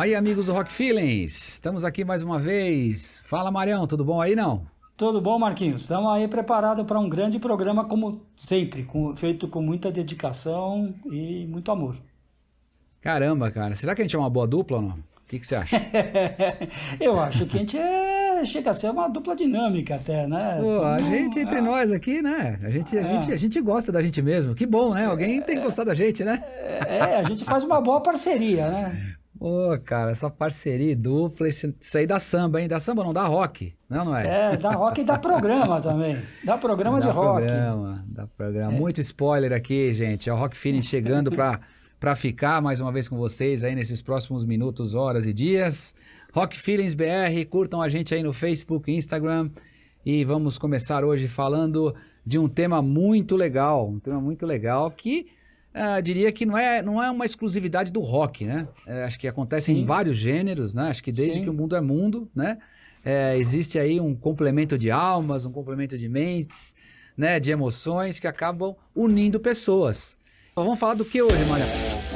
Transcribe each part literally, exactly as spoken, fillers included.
Aí, amigos do Rock Feelings, estamos aqui mais uma vez. Fala, Marião, tudo bom aí, não? Tudo bom, Marquinhos? Estamos aí preparados para um grande programa, como sempre, com, feito com muita dedicação e muito amor. Caramba, cara, será que a gente é uma boa dupla ou não? O que, que você acha? Eu acho que a gente é, chega a ser uma dupla dinâmica até, né? Pô, a Então, gente entre é, nós aqui, né? A gente, a, É. gente, a gente gosta da gente mesmo. Que bom, né? Alguém tem que gostar da gente, né? é, a gente faz uma boa parceria, né? Pô, cara, essa parceria e dupla, isso isso aí dá samba, hein? Dá samba não, dá rock, não, não é? É, dá rock e dá programa também. Dá programa de Dá rock. programa, dá programa. Muito spoiler aqui, gente. É o Rock Feelings chegando para para ficar mais uma vez com vocês aí nesses próximos minutos, horas e dias. Rock Feelings B R, curtam a gente aí no Facebook e Instagram. E vamos começar hoje falando de um tema muito legal, um tema muito legal que uh, diria que não é, não é uma exclusividade do rock, né? É, acho que acontece Sim. em vários gêneros, né? Acho que desde Sim. que o mundo é mundo, né? É, existe aí um complemento de almas, um complemento de mentes, né? De emoções que acabam unindo pessoas. Então, vamos falar do que hoje, Maria?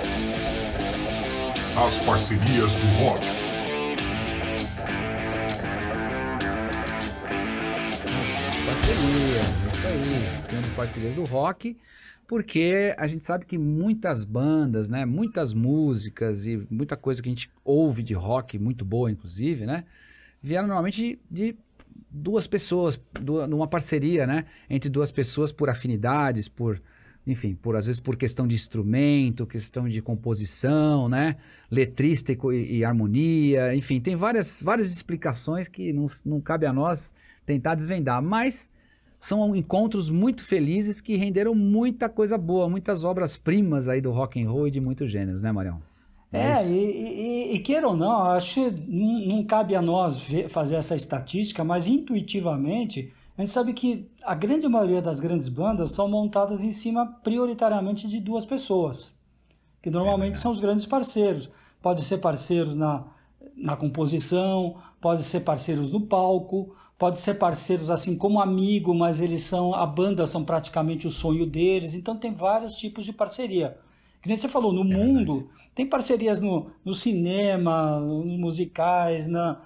As parcerias do rock. Parceria, é isso aí, tendo parcerias do rock, porque a gente sabe que muitas bandas, né, muitas músicas e muita coisa que a gente ouve de rock, muito boa inclusive, né, vieram normalmente de, de duas pessoas, du- numa parceria, né, entre duas pessoas por afinidades, por, enfim, por às vezes por questão de instrumento, questão de composição, né, letrista e, co- e harmonia, enfim, tem várias, várias explicações que não, não cabe a nós tentar desvendar, mas são encontros muito felizes que renderam muita coisa boa, muitas obras-primas aí do rock and roll e de muitos gêneros, né, Marião? É, Mas, e, e, e queira ou não, acho que não, não cabe a nós ver- fazer essa estatística, mas intuitivamente a gente sabe que a grande maioria das grandes bandas são montadas em cima prioritariamente de duas pessoas, que normalmente são os grandes parceiros. Pode ser parceiros na, na composição, pode ser parceiros no palco, pode ser parceiros assim como amigo, mas eles são, a banda são praticamente o sonho deles, então tem vários tipos de parceria. Que nem você falou, no mundo, tem parcerias no, no cinema, nos musicais, na,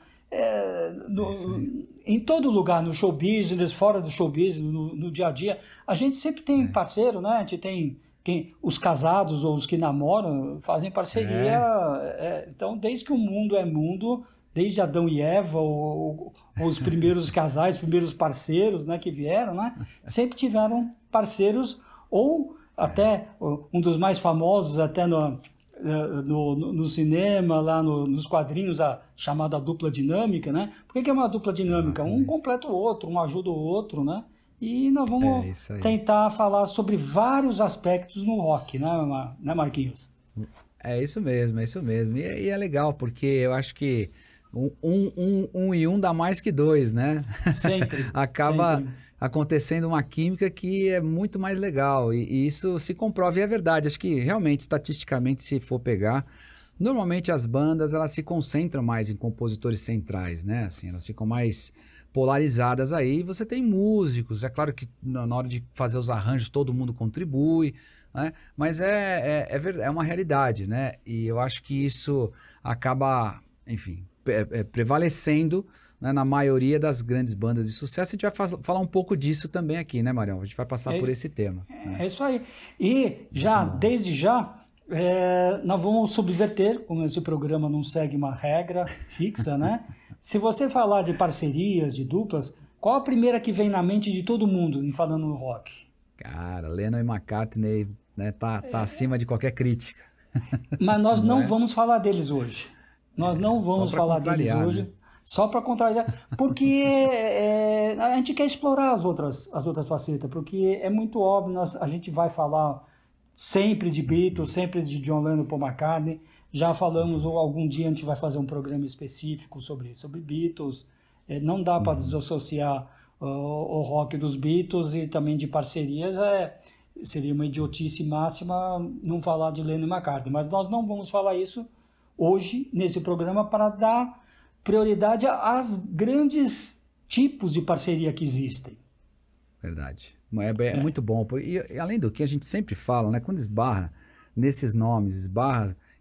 é, no- em todo lugar, no show business, fora do show business, no, no dia a dia. A gente sempre tem parceiro, né? A gente tem quem, os casados ou os que namoram fazem parceria. É, então, desde que o mundo é mundo, desde Adão e Eva, ou, ou os primeiros casais, primeiros parceiros, né, que vieram, né? Sempre tiveram parceiros ou até um dos mais famosos, até no, no, no- no cinema, lá no- nos quadrinhos, a chamada dupla dinâmica, né? Por que que é uma dupla dinâmica? Um completa o outro, um ajuda o outro, né? E nós vamos É isso aí. tentar falar sobre vários aspectos no rock, né, Ma- né, Marquinhos? é isso mesmo, é isso mesmo. E, é e é legal, porque eu acho que um, um, um, um e um dá mais que dois, né? Sempre, Acaba sempre. acontecendo uma química que é muito mais legal. E, e isso se comprova, e é verdade. Acho que realmente, estatisticamente, se for pegar, normalmente as bandas elas se concentram mais em compositores centrais, né? Assim, elas ficam mais polarizadas aí. Você tem músicos, é claro que na na hora de fazer os arranjos todo mundo contribui, né? Mas é, é, é, ver- é uma realidade, né? E eu acho que isso acaba, enfim, é- é prevalecendo, né, na maioria das grandes bandas de sucesso. A gente vai fa- falar um pouco disso também aqui, né, Marião? A gente vai passar É por isso. esse tema. né? É isso aí. E já, desde já, é, nós vamos subverter, como esse programa não segue uma regra fixa, né? Se você falar de parcerias, de duplas, qual a primeira que vem na mente de todo mundo em falando no rock? Cara, Lennon e McCartney, né, tá, tá É. acima de qualquer crítica. Mas nós Não não é? vamos falar deles hoje. Nós não vamos pra falar deles contrariar, hoje, né? só para contrariar, porque é, a gente quer explorar as outras, as outras facetas, porque é muito óbvio, nós, a gente vai falar sempre de Beatles, sempre de John Lennon e Paul McCartney. Já falamos, ou algum dia a gente vai fazer um programa específico sobre, sobre Beatles. É, não dá para desassociar o, o rock dos Beatles e também de parcerias. É, seria uma idiotice máxima não falar de Lennon e McCartney. Mas nós não vamos falar isso hoje, nesse programa, para dar prioridade às grandes tipos de parceria que existem. Verdade. É, é muito bom. E, e além do que a gente sempre fala, né? Quando esbarra nesses nomes, esbarra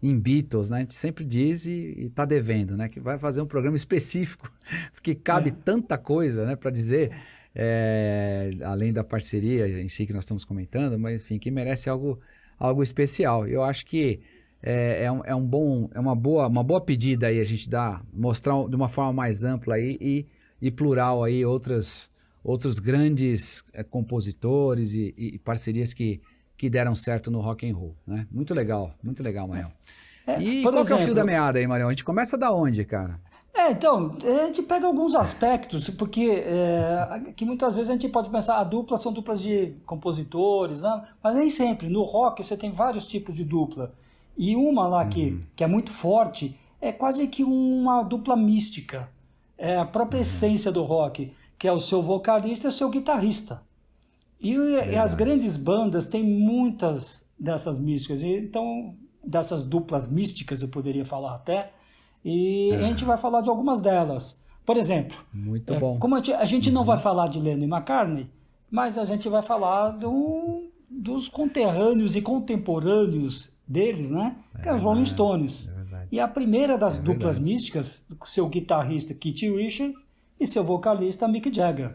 em Beatles, né? A gente sempre diz e está devendo, né? Que vai fazer um programa específico, porque cabe É. tanta coisa, né? Para dizer, é, além da parceria em si que nós estamos comentando, mas enfim, que merece algo, algo especial. Eu acho que é, é, um, é um bom, é uma boa, uma boa pedida aí a gente dar, mostrar de uma forma mais ampla aí e, e plural aí outras, outros grandes é, compositores e, e parcerias que que deram certo no rock and roll, né? Muito legal, muito legal, Marião. É, E por qual que é o fio exemplo, da meada aí, Marião? A gente começa da onde, cara? É, então, a gente pega alguns aspectos, porque é, que muitas vezes a gente pode pensar, a dupla são duplas de compositores, né? Mas nem sempre. No rock você tem vários tipos de dupla. E uma lá que, que é muito forte é quase que uma dupla mística. É a própria essência do rock, que é o seu vocalista e o seu guitarrista. E, e as grandes bandas têm muitas dessas místicas, então, dessas duplas místicas, eu poderia falar até. E É. a gente vai falar de algumas delas. Por exemplo, Muito é, bom. como a gente, a gente não vai falar de Lennon e McCartney, mas a gente vai falar do, dos conterrâneos e contemporâneos deles, né? Que é os Rolling Stones. É verdade. E a primeira das É duplas verdade. místicas, seu guitarrista Keith Richards e seu vocalista Mick Jagger.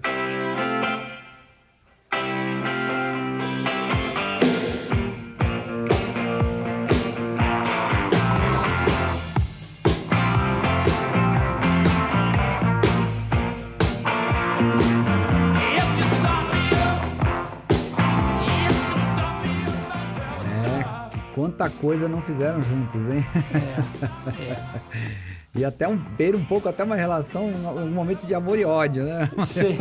Quanta coisa não fizeram juntos, hein? É, é. E até um, beira um pouco até uma relação, um, um momento de amor e ódio, né? Sim.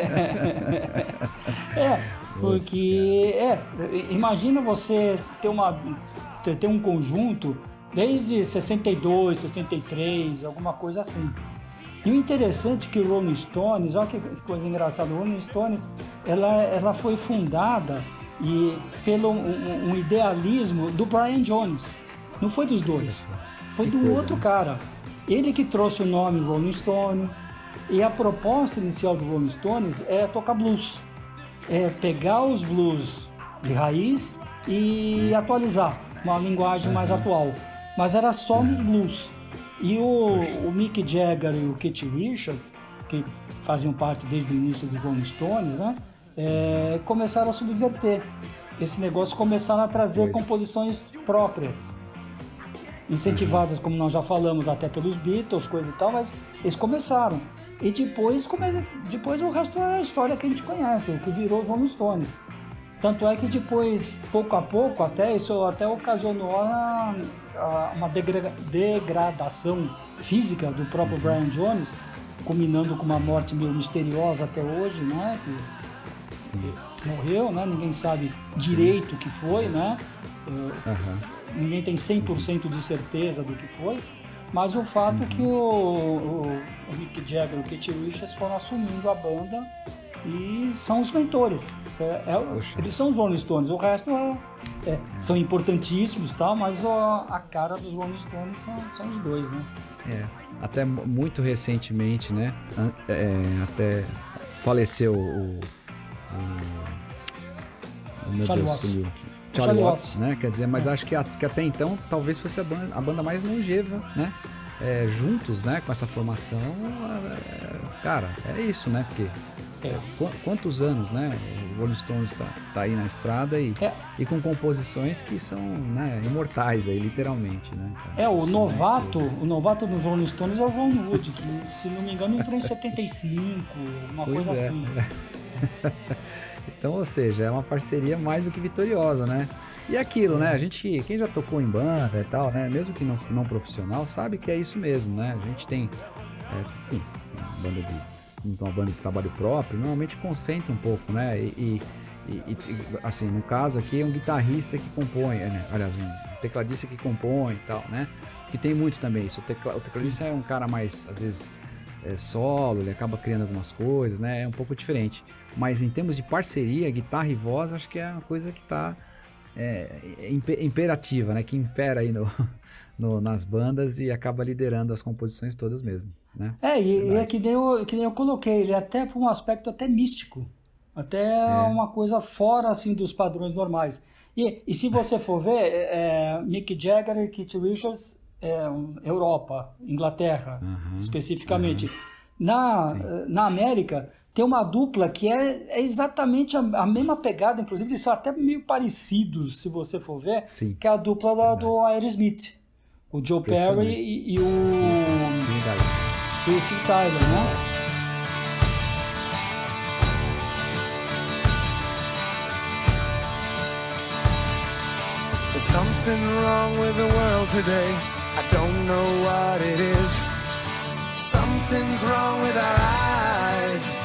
É, porque é, imagina você ter uma ter um conjunto desde sessenta e dois, sessenta e três, alguma coisa assim. E o interessante é que o Rolling Stones, olha que coisa engraçada, o Rolling Stones, ela, ela foi fundada e pelo um, um idealismo do Brian Jones. Não foi dos dois, foi do outro cara. Ele que trouxe o nome Rolling Stone. E a proposta inicial do Rolling Stones é tocar blues. É pegar os blues de raiz e atualizar, uma linguagem mais atual. Mas era só nos blues. E o, o Mick Jagger e o Keith Richards, que faziam parte desde o início dos Rolling Stones, né? É, começaram a subverter esse negócio, começaram a trazer composições próprias, incentivadas, como nós já falamos, até pelos Beatles, coisa e tal, mas eles começaram. E depois, come... depois o resto é a história que a gente conhece, o que virou os Rolling Stones. Tanto é que depois, pouco a pouco, até isso até ocasionou a, a, uma degra... degradação física do próprio Brian Jones, culminando com uma morte meio misteriosa até hoje, né? Que morreu, né? Ninguém sabe direito o que foi, né? Uhum. Ninguém tem cem por cento de certeza do que foi, mas o fato uhum. é que o, o, o Mick Jagger e o Keith Richards foram assumindo a banda e são os mentores. É, é, eles são os Rolling Stones, o resto é, é, são importantíssimos, tá? Mas a, a cara dos Rolling Stones são, são os dois, né? É, até muito recentemente, né? É, até faleceu o O, meu Charlie Deus, Watts. sumiu aqui. Charlie, Charlie Watts, Watts, né? Quer dizer, mas é. acho que, a, que até então talvez fosse a banda, a banda mais longeva, né? É, juntos, né? Com essa formação, é, cara, é isso, né? Porque é, qu quantos anos, né? O Rolling Stones tá, tá aí na estrada e, é. e com composições que são, né, imortais aí, literalmente, né? Cara? É, o isso, novato, né? Isso... o novato dos Rolling Stones é o Ron Wood, que se não me engano entrou em setenta e cinco, uma pois coisa é. assim. Então, ou seja, é uma parceria mais do que vitoriosa, né? E aquilo, né? A gente, quem já tocou em banda e tal, né? Mesmo que não, não profissional, sabe que é isso mesmo, né? A gente tem, é, tem uma banda de, então, uma banda de trabalho próprio, normalmente concentra um pouco, né? E, e, e, assim, no caso aqui é um guitarrista que compõe, né? Aliás, um tecladista que compõe e tal, né? Que tem muito também isso. O, tecla, o tecladista é um cara mais, às vezes, é, solo, ele acaba criando algumas coisas, né? É um pouco diferente. Mas em termos de parceria, guitarra e voz, acho que é uma coisa que está é, imperativa, né? Que impera aí no, no, nas bandas e acaba liderando as composições todas mesmo, né? É, e, e é que nem, eu, que nem eu coloquei, ele é até por um aspecto até místico, até é. uma coisa fora assim dos padrões normais. E, e se você for ver, é, Mick Jagger e Keith Richards, é, Europa, Inglaterra, uhum, especificamente. Uhum. Na, na América, tem uma dupla que é, é exatamente a, a mesma pegada, inclusive eles são até meio parecidos, se você for ver, Sim. que é a dupla da, do Aerosmith. O Joe Perry e, e o... E o Steve Tyler, né? There's something wrong with the world today. I don't know what it is. Something's wrong with our eyes.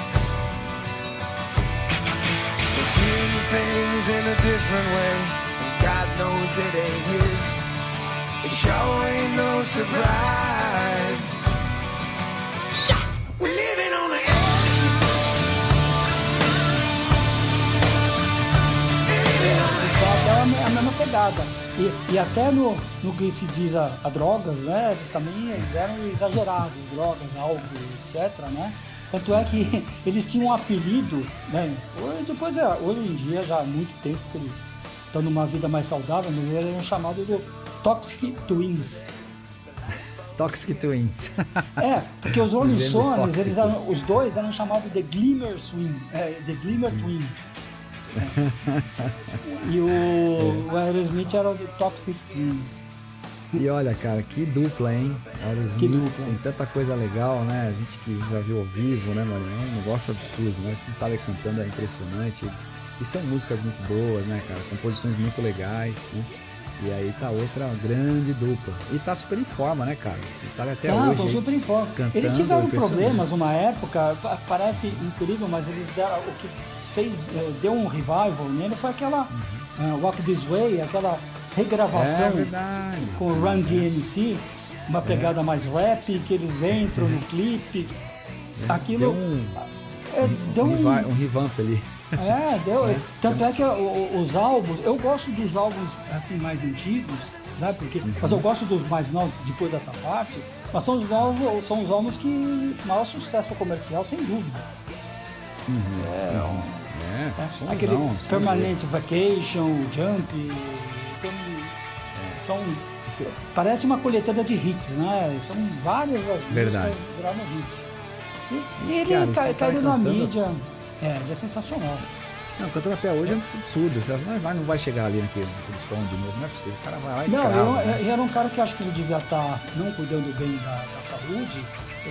We're seeing things in a different way, and God knows it ain't his. It sure ain't no surprise. Yeah! We're living on the edge. Living on the edge. É a mesma pegada. E, e até no, no que se diz a, a drogas, né? Eles também eram exagerados, drogas, álcool, etcétera, né? Tanto é que eles tinham um apelido, né? Depois, hoje em dia, já há muito tempo que eles estão numa vida mais saudável, mas eles eram chamados de Toxic Twins. Toxic Twins. É, porque os Rolling Stones, eles eram, os dois eram chamados de Glimmer Swing, é, The Glimmer Twins. É. E o, o Aerosmith era o de Toxic Twins. E olha, cara, que dupla, hein? Aerosmith, que dupla. Tem tanta coisa legal, né? A gente que já viu ao vivo, né, mano? É um negócio absurdo, né? Quem tá ali cantando é impressionante. E são músicas muito boas, né, cara? Composições muito legais, né? E aí tá outra grande dupla. E tá super em forma, né, cara? E tá até tá, hoje. Tô super em forma. Cantando, eles tiveram problemas uma época, parece incrível, mas eles deram, o que fez, deu um revival nele foi aquela uhum. uh, Walk This Way, aquela regravação é com o Run D M C, uma pegada é. mais rap, que eles entram no clipe. É. Aquilo deu um, é, deu um, um, um revamp ali. É, deu. É. Tanto é que o, os álbuns, eu gosto dos álbuns assim mais antigos, né? Porque, uhum. mas eu gosto dos mais novos depois dessa parte, mas são os álbuns, são os álbuns que maior sucesso comercial, sem dúvida. Uhum. É, uhum. é, é. Aquele não, Permanent Vacation, Jump, tem, é. são parece uma coletânea de hits, né? São várias as Verdade. músicas que viraram hits. E, e ele cai, caiu na mídia. É, ele é sensacional. Não, cantando até hoje é um absurdo. Você não vai, não vai chegar ali naquele, naquele tom de novo, não é possível. O cara vai lá e Não, crava, eu, né? eu era um cara que acho que ele devia estar não cuidando bem da, da saúde,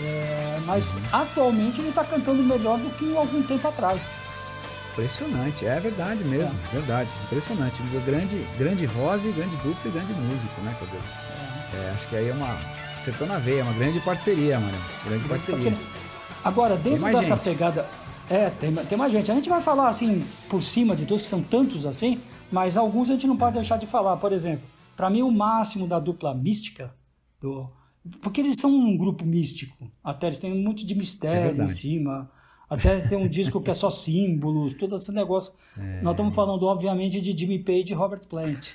é, mas uhum. atualmente ele está cantando melhor do que algum tempo atrás. Impressionante, é verdade mesmo, é. verdade, impressionante. Grande, grande voz e grande dupla e grande músico, né, Cabelo? É. É, acho que aí é uma. Acertou na veia, uma grande parceria, mano. Grande parceria. Agora, dentro dessa gente. pegada. É, tem, tem mais gente. A gente vai falar assim, por cima de todos, que são tantos assim, mas alguns a gente não pode deixar de falar. Por exemplo, para mim o máximo da dupla mística, do, porque eles são um grupo místico, até eles têm um monte de mistério é em cima, até tem um disco que é só símbolos, todo esse negócio. É. Nós estamos falando, obviamente, de Jimmy Page e Robert Plant.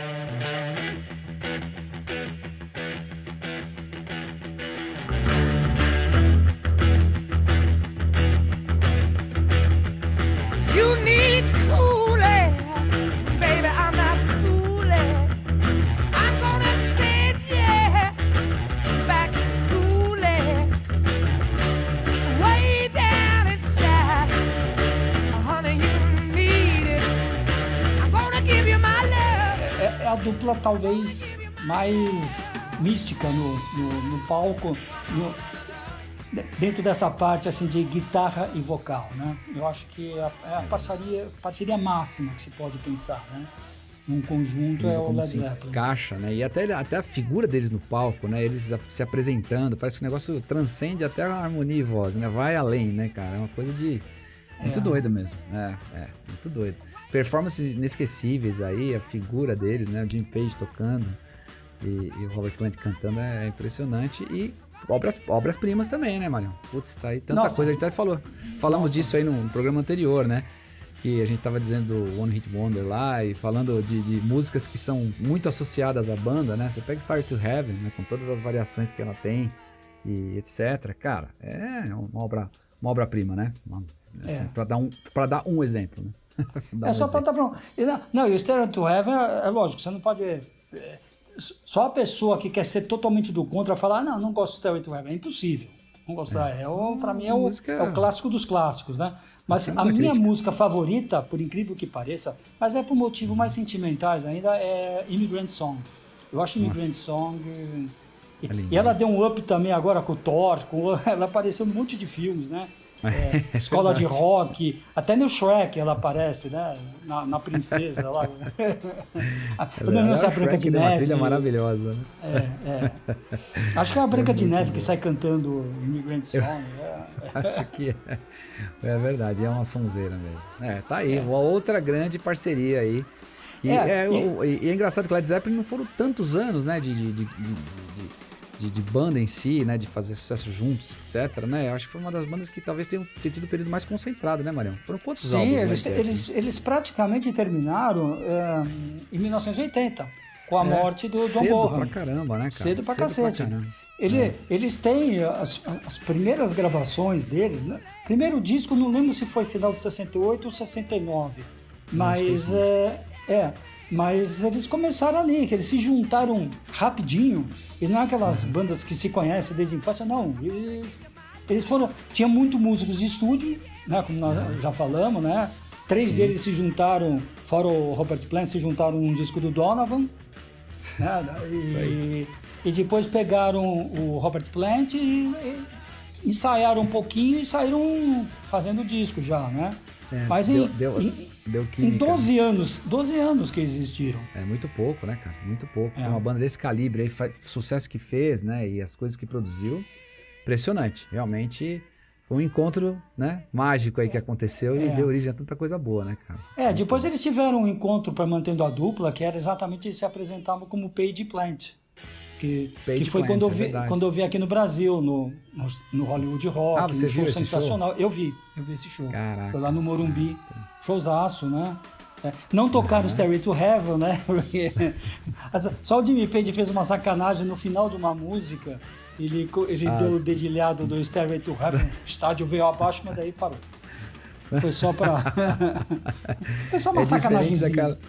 A dupla talvez mais mística no, no, no palco, no, dentro dessa parte assim de guitarra e vocal, né? Eu acho que é a, é a parceria, parceria máxima que se pode pensar, né? Num conjunto e é o Led Zeppelin. Encaixa, né? E até, até a figura deles no palco, né? Eles se apresentando, parece que o negócio transcende até a harmonia e voz, né? Vai além, né, cara? É uma coisa de... muito é. doido mesmo, é, é, muito doido. Performances inesquecíveis aí, a figura deles, né? O Jim Page tocando e, e o Robert Plant cantando é impressionante. E obras, obras primas também, né, Marião? Putz, tá aí tanta Nossa. coisa. A gente até falou, falamos Nossa. disso aí no programa anterior, né? Que a gente tava dizendo One Hit Wonder lá e falando de, de músicas que são muito associadas à banda, né? Você pega Star to Heaven, né? Com todas as variações que ela tem e etcétera. Cara, é uma obra, uma obra-prima, né? Assim, é. Pra dar um, pra dar um exemplo, né? Dá É um só exemplo. plataforma. E não, não, e o Stairway to Heaven é, é lógico, você não pode... É, só a pessoa que quer ser totalmente do contra falar, não, não gosto de Stairway to Heaven, é impossível. Não gostar, é. É o, pra mim é o, Música- é o clássico dos clássicos, né? Mas Acima a da minha crítica. música favorita, por incrível que pareça, mas é por motivos mais sentimentais ainda, é Immigrant Song. Eu acho Immigrant Song... E, É lindo, e ela né? deu um up também agora com o Thor, com, ela apareceu em um monte de filmes, né? É, É escola de verdade. rock, até no Shrek ela aparece, né? Na, na princesa lá. Eu não lembro se é a Branca Shrek de tem uma Neve. trilha maravilhosa, né? É, é. Acho que é a Branca de Neve que sai cantando Immigrant Song. É, Acho que é, é verdade, é uma sonzeira mesmo. É, tá aí, uma outra grande parceria aí. E É, é, e- o- e- e é engraçado que o Led Zeppelin não foram tantos anos, né, de, de, de, de, de- de banda em si, né, de fazer sucesso juntos, etc, né? Eu acho que foi uma das bandas que talvez tenha, tenha tido o período mais concentrado, né, Marião? Foram quantos álbuns? Sim, do Led eles, Zeppelin? eles, eles praticamente terminaram é, em mil novecentos e oitenta, com a É, morte do John cedo Bonham. pra caramba, né, cara? Cedo pra cacete. caramba. Ele, É. Eles têm as, as primeiras gravações deles, né? Primeiro disco, não lembro se foi final de sessenta e oito ou sessenta e nove, mas é, é, mas eles começaram ali, que eles se juntaram rapidinho, e não é aquelas Uhum. bandas que se conhecem desde a infância, não, eles, eles foram, tinha muito músicos de estúdio, né, como nós Uhum. já falamos, né, três deles se juntaram, fora o Robert Plant, se juntaram num disco do Donovan, né, e, e depois pegaram o Robert Plant e, e ensaiaram um pouquinho e saíram fazendo disco já, né? É, Mas deu, em, deu, em, deu em química, né? doze anos, doze anos que existiram. É muito pouco, né, cara? Muito pouco. É. Uma banda desse calibre aí, fa- sucesso que fez, né? E as coisas que produziu, impressionante. Realmente foi um encontro, né? Mágico aí que aconteceu e É. deu origem a tanta coisa boa, né, cara? É, depois eles tiveram um encontro para mantendo a dupla, que era exatamente eles se apresentavam como Page Plant. Que, Page que foi Plant, quando, eu é vi, verdade. quando eu vi aqui no Brasil, no, no, no Hollywood Rock, Ah, você um show viu esse sensacional. Eu vi, eu vi esse show. Caraca. Foi lá no Morumbi. Showzaço, né? É, não tocaram Stairway to Heaven, né? Porque só o Jimmy Page fez uma sacanagem no final de uma música. Ele, co- ele Ah. deu o dedilhado do Stairway to Heaven, o estádio veio abaixo, mas daí parou. Foi só pra. Foi só uma É diferente sacanagem. daquela...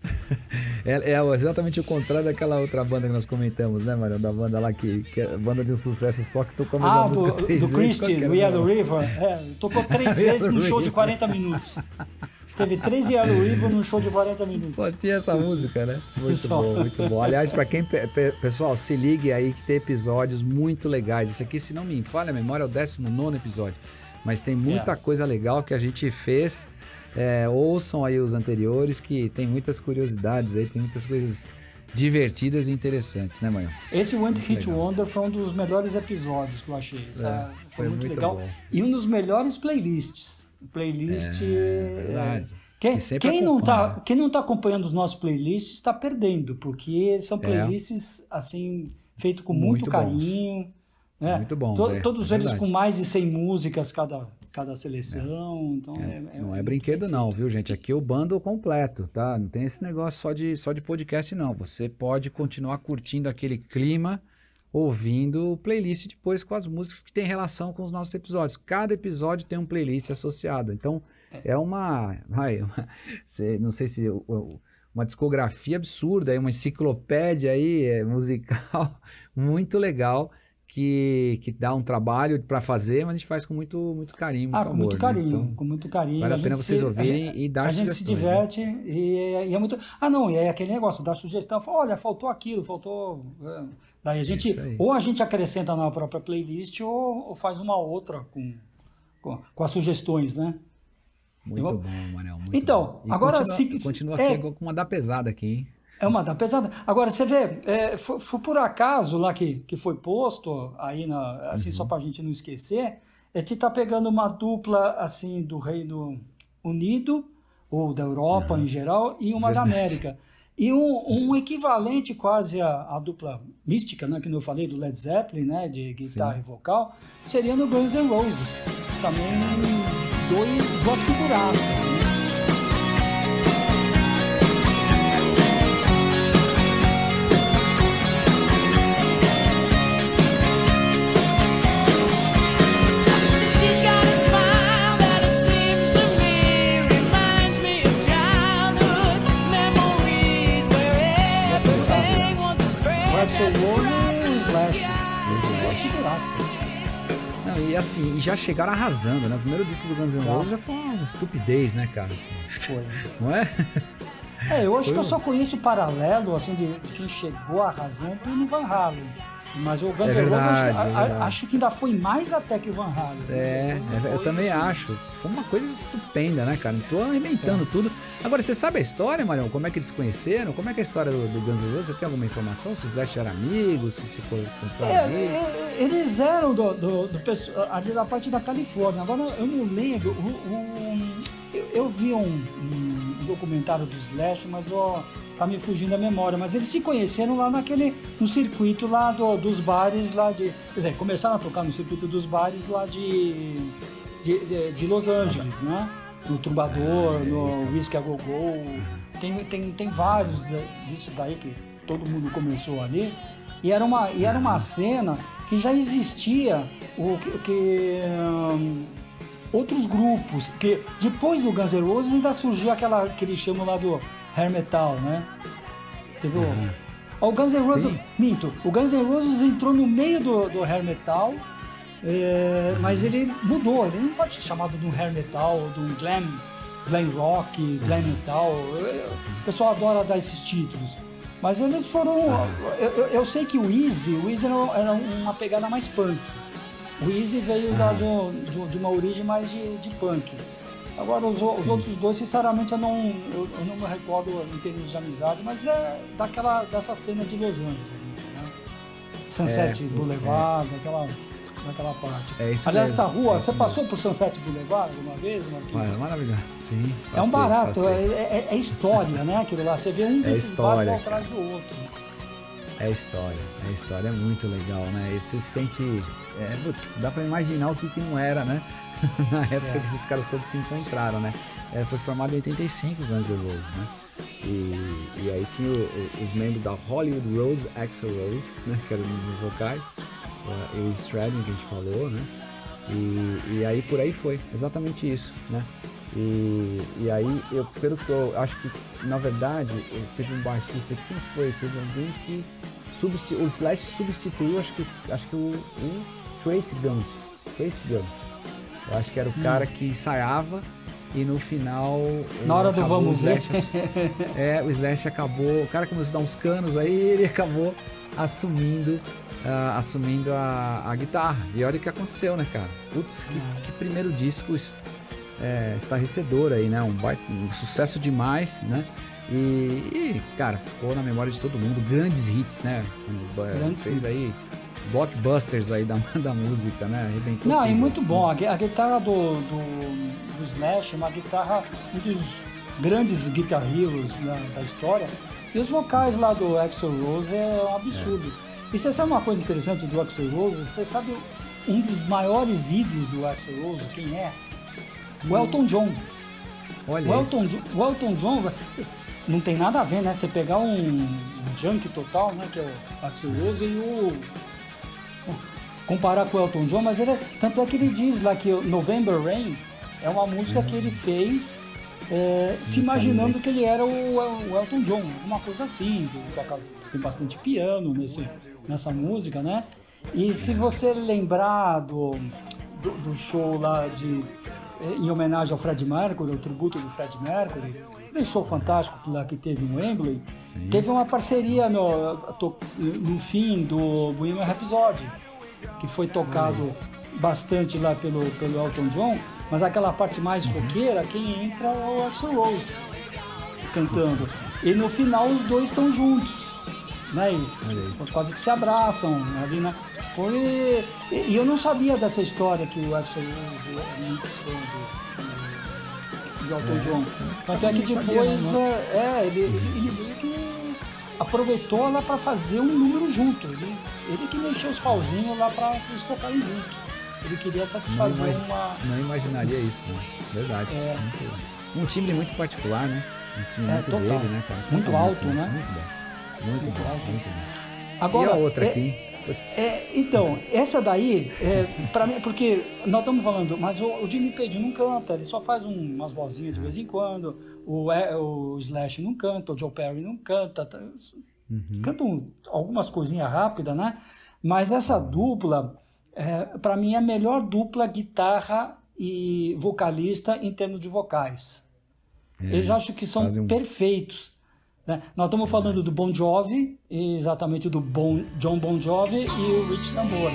É, é exatamente o contrário daquela outra banda que nós comentamos, né, Marião? Da banda lá que, que é a banda de um sucesso só que tocou a mesma Ah, música do, três do vezes, Christie, qual que era o o Yellow nome? River. É, tocou três Yellow vezes num show de River. quarenta minutos. Teve três Yellow River num show de quarenta minutos. Só tinha essa música, né? Muito Só. bom, muito bom. Aliás, pra quem... pe- pe- Pessoal, se ligue aí que tem episódios muito legais. Esse aqui, se não me falha a memória, é o décimo nono episódio. Mas tem muita É. coisa legal que a gente fez. É, ouçam aí os anteriores, que tem muitas curiosidades aí, tem muitas coisas divertidas e interessantes, né, Manhã? Esse One Hit legal. Wonder foi um dos melhores episódios que eu achei. Essa- É, foi, foi muito, muito legal. bom. E um dos melhores playlists. Playlist. É, verdade. Quem, Que sempre quem, não tá, acompanha. quem não tá acompanhando os nossos playlists está perdendo, porque são É. playlists assim, feitos com muito, Muito carinho. Né? Muito bons, To- é, todos é eles verdade. com mais de cem músicas cada, cada seleção. Então é, Não é muito brinquedo bem não, feito. viu, gente? Aqui é o bando completo, tá? Não tem esse negócio só de, só de podcast, não. Você pode continuar curtindo aquele clima, ouvindo o playlist depois com as músicas que tem relação com os nossos episódios. Cada episódio tem um playlist associado. Então, é uma... Vai, uma- cê- não sei se... o- o- uma discografia absurda, aí, uma enciclopédia aí, é, musical, muito legal, que, que dá um trabalho para fazer, mas a gente faz com muito, muito carinho, muito Ah, com amor, muito né? carinho, Então, com muito carinho. vale a gente pena vocês se- ouvirem gente- e dar A gente se sugestões, né? diverte e, é- e é muito... Ah, não, e é aquele negócio, dar sugestão, fala, olha, faltou aquilo, faltou... é. Daí a gente, Isso aí. ou a gente acrescenta na própria playlist ou, ou faz uma outra com, com, com as sugestões, né? Muito Então, bom, Manel. Muito então, bom. E agora continua, se- continua é- aqui com uma da pesada aqui, hein? É uma da pesada. Agora, você vê, é, foi, foi por acaso lá que, que foi posto, aí na, assim, Uhum. só pra gente não esquecer, é te tá pegando uma dupla, assim, do Reino Unido, ou da Europa em geral, e uma da Verdade. América. E um, um equivalente quase à, à dupla mística, né, que eu falei, do Led Zeppelin, né, de guitarra Sim. e vocal, seria no Guns N' Roses. Também dois, duas figuraças, né? She's got a smile that it seems to me reminds me e assim, e já chegaram arrasando, né? O primeiro disco do Guns N' Tá. Roses já foi uma estupidez, né, cara? Foi. Não é? É, eu acho Foi que eu um- só conheço o paralelo, assim, de, de quem chegou arrasando no Van Halen. Mas o Guns É N' Roses, acho, verdade, é a- a- verdade. acho que ainda foi mais até que o Van Halen. É, Não é, eu foi- também acho. Foi uma coisa estupenda, né, cara? Entrou arrebentando tudo. Agora, você sabe a história, Marião? Como é que eles se conheceram? Como é que é a história do, do Guns N' Roses? Você tem alguma informação? Se os Slash eram amigos, se se encontraram É, ali? é, eles eram do, do, do pessoal- ali da parte da Califórnia. Agora eu não lembro. O, o- eu, eu vi um, um documentário do Slash, mas ó, tá me fugindo da memória. Mas eles se conheceram lá naquele no circuito lá do- dos bares lá de. Quer dizer, começaram a tocar no circuito dos bares lá de, de, de- de Los Angeles, né? No Troubadour, no Whiskey a Go Go. Tem, tem, tem vários de- disso daí que todo mundo começou ali. E era uma, e era uma cena que já existia o que, que, hum, outros grupos, que depois do Guns N' Roses ainda surgiu aquela que eles chamam lá do hair metal, né? Teve o, Ó, o Guns N' Roses, Sim. minto, o Guns N' Roses entrou no meio do, do hair metal, é, mas ele mudou, ele não pode ser chamado de um hair metal, de um glam, glam rock, glam metal, é, o pessoal adora dar esses títulos. Mas eles foram. Eu, eu- eu sei que o Easy, o Easy era, era uma pegada mais punk. O Easy veio da- de, um- de um- de uma origem mais de, de punk. Agora, os, o- os outros dois, sinceramente, eu não, eu, eu não me recordo em termos de amizade, mas é daquela, dessa cena de Los Angeles. Né? Sunset É, Boulevard, daquela, daquela parte. É isso Aliás, mesmo, essa rua, é isso você mesmo. passou por Sunset Boulevard alguma vez? Marquinhos? Ah, maravilhoso. Sim. É um passei, barato, passei. é, é- é história, né? Aquilo lá, você vê um desses história, bares cara. atrás do outro. É história, é história, é muito legal, né? E você se sente. É, putz, dá pra imaginar o que, que não era, né? Na época É. que esses caras todos se encontraram, né? É, foi formado em oitenta e cinco, Guns N' Roses, né? E, e aí tinha o- o- os membros da Hollywood Rose, Axl Rose, né? Que eram os vocais, uh, e o Stradlin que a gente falou, né? E, e aí por aí foi, exatamente isso, né? E, e aí, eu, pelo que eu acho que, na verdade, eu teve um baixista, quem foi? Teve alguém que substitu, o Slash substituiu, acho que, acho que o, o Tracy Guns, Tracy Guns. Eu acho que era o cara que ensaiava e no final... Na hora do acabou vamos o ver. Slash, é, o Slash acabou, o cara começou a dar uns canos aí e ele acabou assumindo, ah, assumindo a, a guitarra. E olha o que aconteceu, né, cara? Putz, que, que primeiro disco é, estarrecedor aí, né? Um, baita- um sucesso demais, né? E, e, cara, ficou na memória de todo mundo. Grandes hits, né? Grandes Fez hits. aí blockbusters aí da, da música, né? Arrebentou Não, e tudo. muito bom. A, gui- a guitarra do, do, do Slash é uma guitarra, um dos grandes guitar heroes da, da história. E os vocais lá do Axl Rose é um absurdo. E você sabe uma coisa interessante do Axl Rose? Você sabe um dos maiores ídolos do Axl Rose, quem é? O Elton John. Olha O isso. Elton, Jo- o Elton John não tem nada a ver, né? Você pegar um, um junk total, né? Que é o Axl Rose e o... comparar com o Elton John, mas ele é, tanto é que ele diz lá que o November Rain é uma música que ele fez é, se imaginando que ele era o, o Elton John, alguma coisa assim, que toca- tem bastante piano nesse, nessa música, né? E se você lembrar do, do, do show lá de em homenagem ao Fred Mercury, o tributo do Fred Mercury, aquele show fantástico que lá que teve em Wembley, Sim. teve uma parceria no, to- no fim do Bohemian Rhapsody, que foi tocado bastante lá pelo, pelo Elton John, mas aquela parte mais roqueira, quem entra é o Axl Rose cantando. E no final os dois estão juntos, né? Eles Olha aí. quase que se abraçam ali, né? Foi... E, e eu não sabia dessa história que o Axl Rose é muito fã do, do Elton John. Tanto é que Ninguém sabia, depois não, é, é, ele, ele, ele meio que aproveitou lá para fazer um número junto. Ele, ele que mexeu os pauzinhos lá para eles tocarem junto. Ele queria satisfazer Não, mas- uma. Não imaginaria isso, né? Verdade. É. Muito- um timbre muito particular, né? Um timbre É, muito total. dele, né, cara? Muito Canta alto, muito, né? Muito bom. Muito, Muito bom, alto. muito bom. Agora, e a outra é- aqui? Putz, É, então, essa daí, é, para mim, porque nós estamos falando, mas o, o Jimmy Page não canta, ele só faz um- umas vozinhas de vez em quando, o, é, o Slash não canta, o Joe Perry não canta, tá, uhum. cantam algumas coisinhas rápidas, né? Mas essa dupla, é, para mim, é a melhor dupla guitarra e vocalista em termos de vocais. É, Eles acho que são um... perfeitos. Né? Nós estamos é. falando do Bon Jovi, exatamente do bon, John Bon Jovi e o Rich Sambora.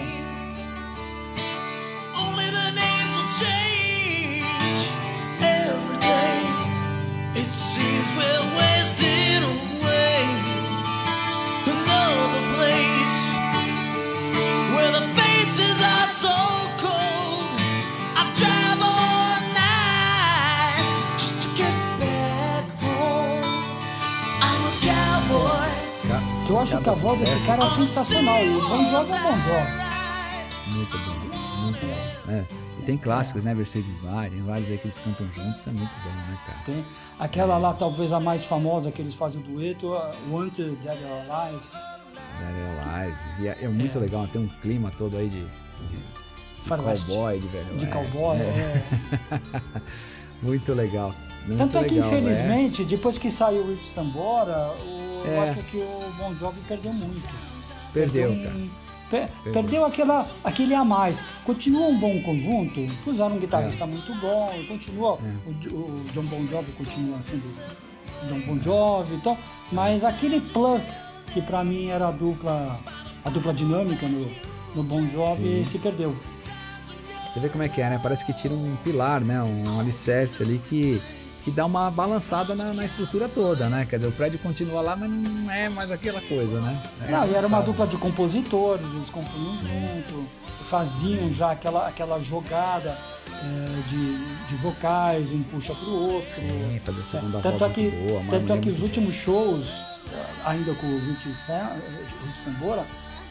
Eu acho que a voz desse cara é sensacional. O Bon Jovi é Bon Jovi. Muito bom, muito bom. É. E tem clássicos, né? Versículo Vai, tem vários aí que eles cantam juntos, é muito bom, né, cara? Tem aquela é. lá, talvez a mais famosa que eles fazem o dueto, Wanted, Dead or Alive. Dead or Alive. E é, é muito é. legal, tem um clima todo aí de, de, de cowboy, de velho. De cowboy, é. é. Muito legal. Muito Tanto é que, legal, infelizmente, é. depois que saiu o Rich Sambora, o, é. eu acho que o Bon Jovi perdeu muito. Perdeu, perdeu cara. Um, per, perdeu perdeu aquela, aquele a mais. Continua um bom conjunto, usaram um guitarrista é. muito bom, continua, é. o, o John Bon Jovi continua sendo John Bon Jovi, então, mas aquele plus que pra mim era a dupla, a dupla dinâmica no, no Bon Jovi Sim. se perdeu. Você vê como é que é, né? Parece que tira um pilar, né? Um alicerce ali que, que dá uma balançada na, na estrutura toda, né? Quer dizer, o prédio continua lá, mas não é mais aquela coisa, né? É não, e era uma dupla de compositores, eles compunham junto, faziam já aquela, aquela jogada é, de, de vocais, um puxa pro outro. Sim, fazer a segunda é, tanto é que, boa, tanto é que os últimos shows, ainda com o Rich Sambora,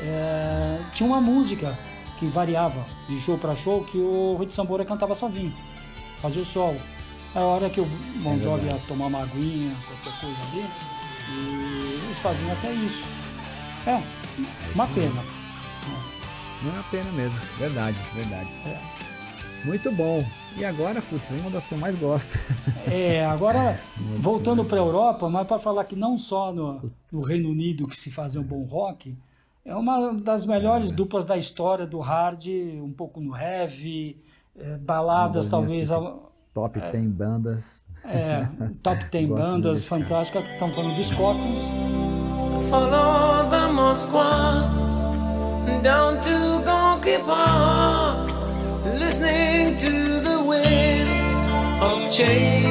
é, tinha uma música que variava de show para show, que o Rich Sambora cantava sozinho, fazia o solo. A hora que o Bon Jovi ia tomar uma aguinha, qualquer coisa ali, e eles faziam até isso. É, uma pena. Não é uma pena mesmo, verdade, verdade. É. Muito bom. E agora, putz, é uma das que eu mais gosto. É, agora, voltando para a Europa, mas para falar que não só no, no Reino Unido que se fazia um bom rock, é uma das melhores é. duplas da história do hard, um pouco no heavy, é, baladas talvez... Top é, ten bandas. É, top ten bandas desse, fantásticas que estão falando de Scorpions. Follow the Moskwa down to Gonky Park, listening to the wind of change.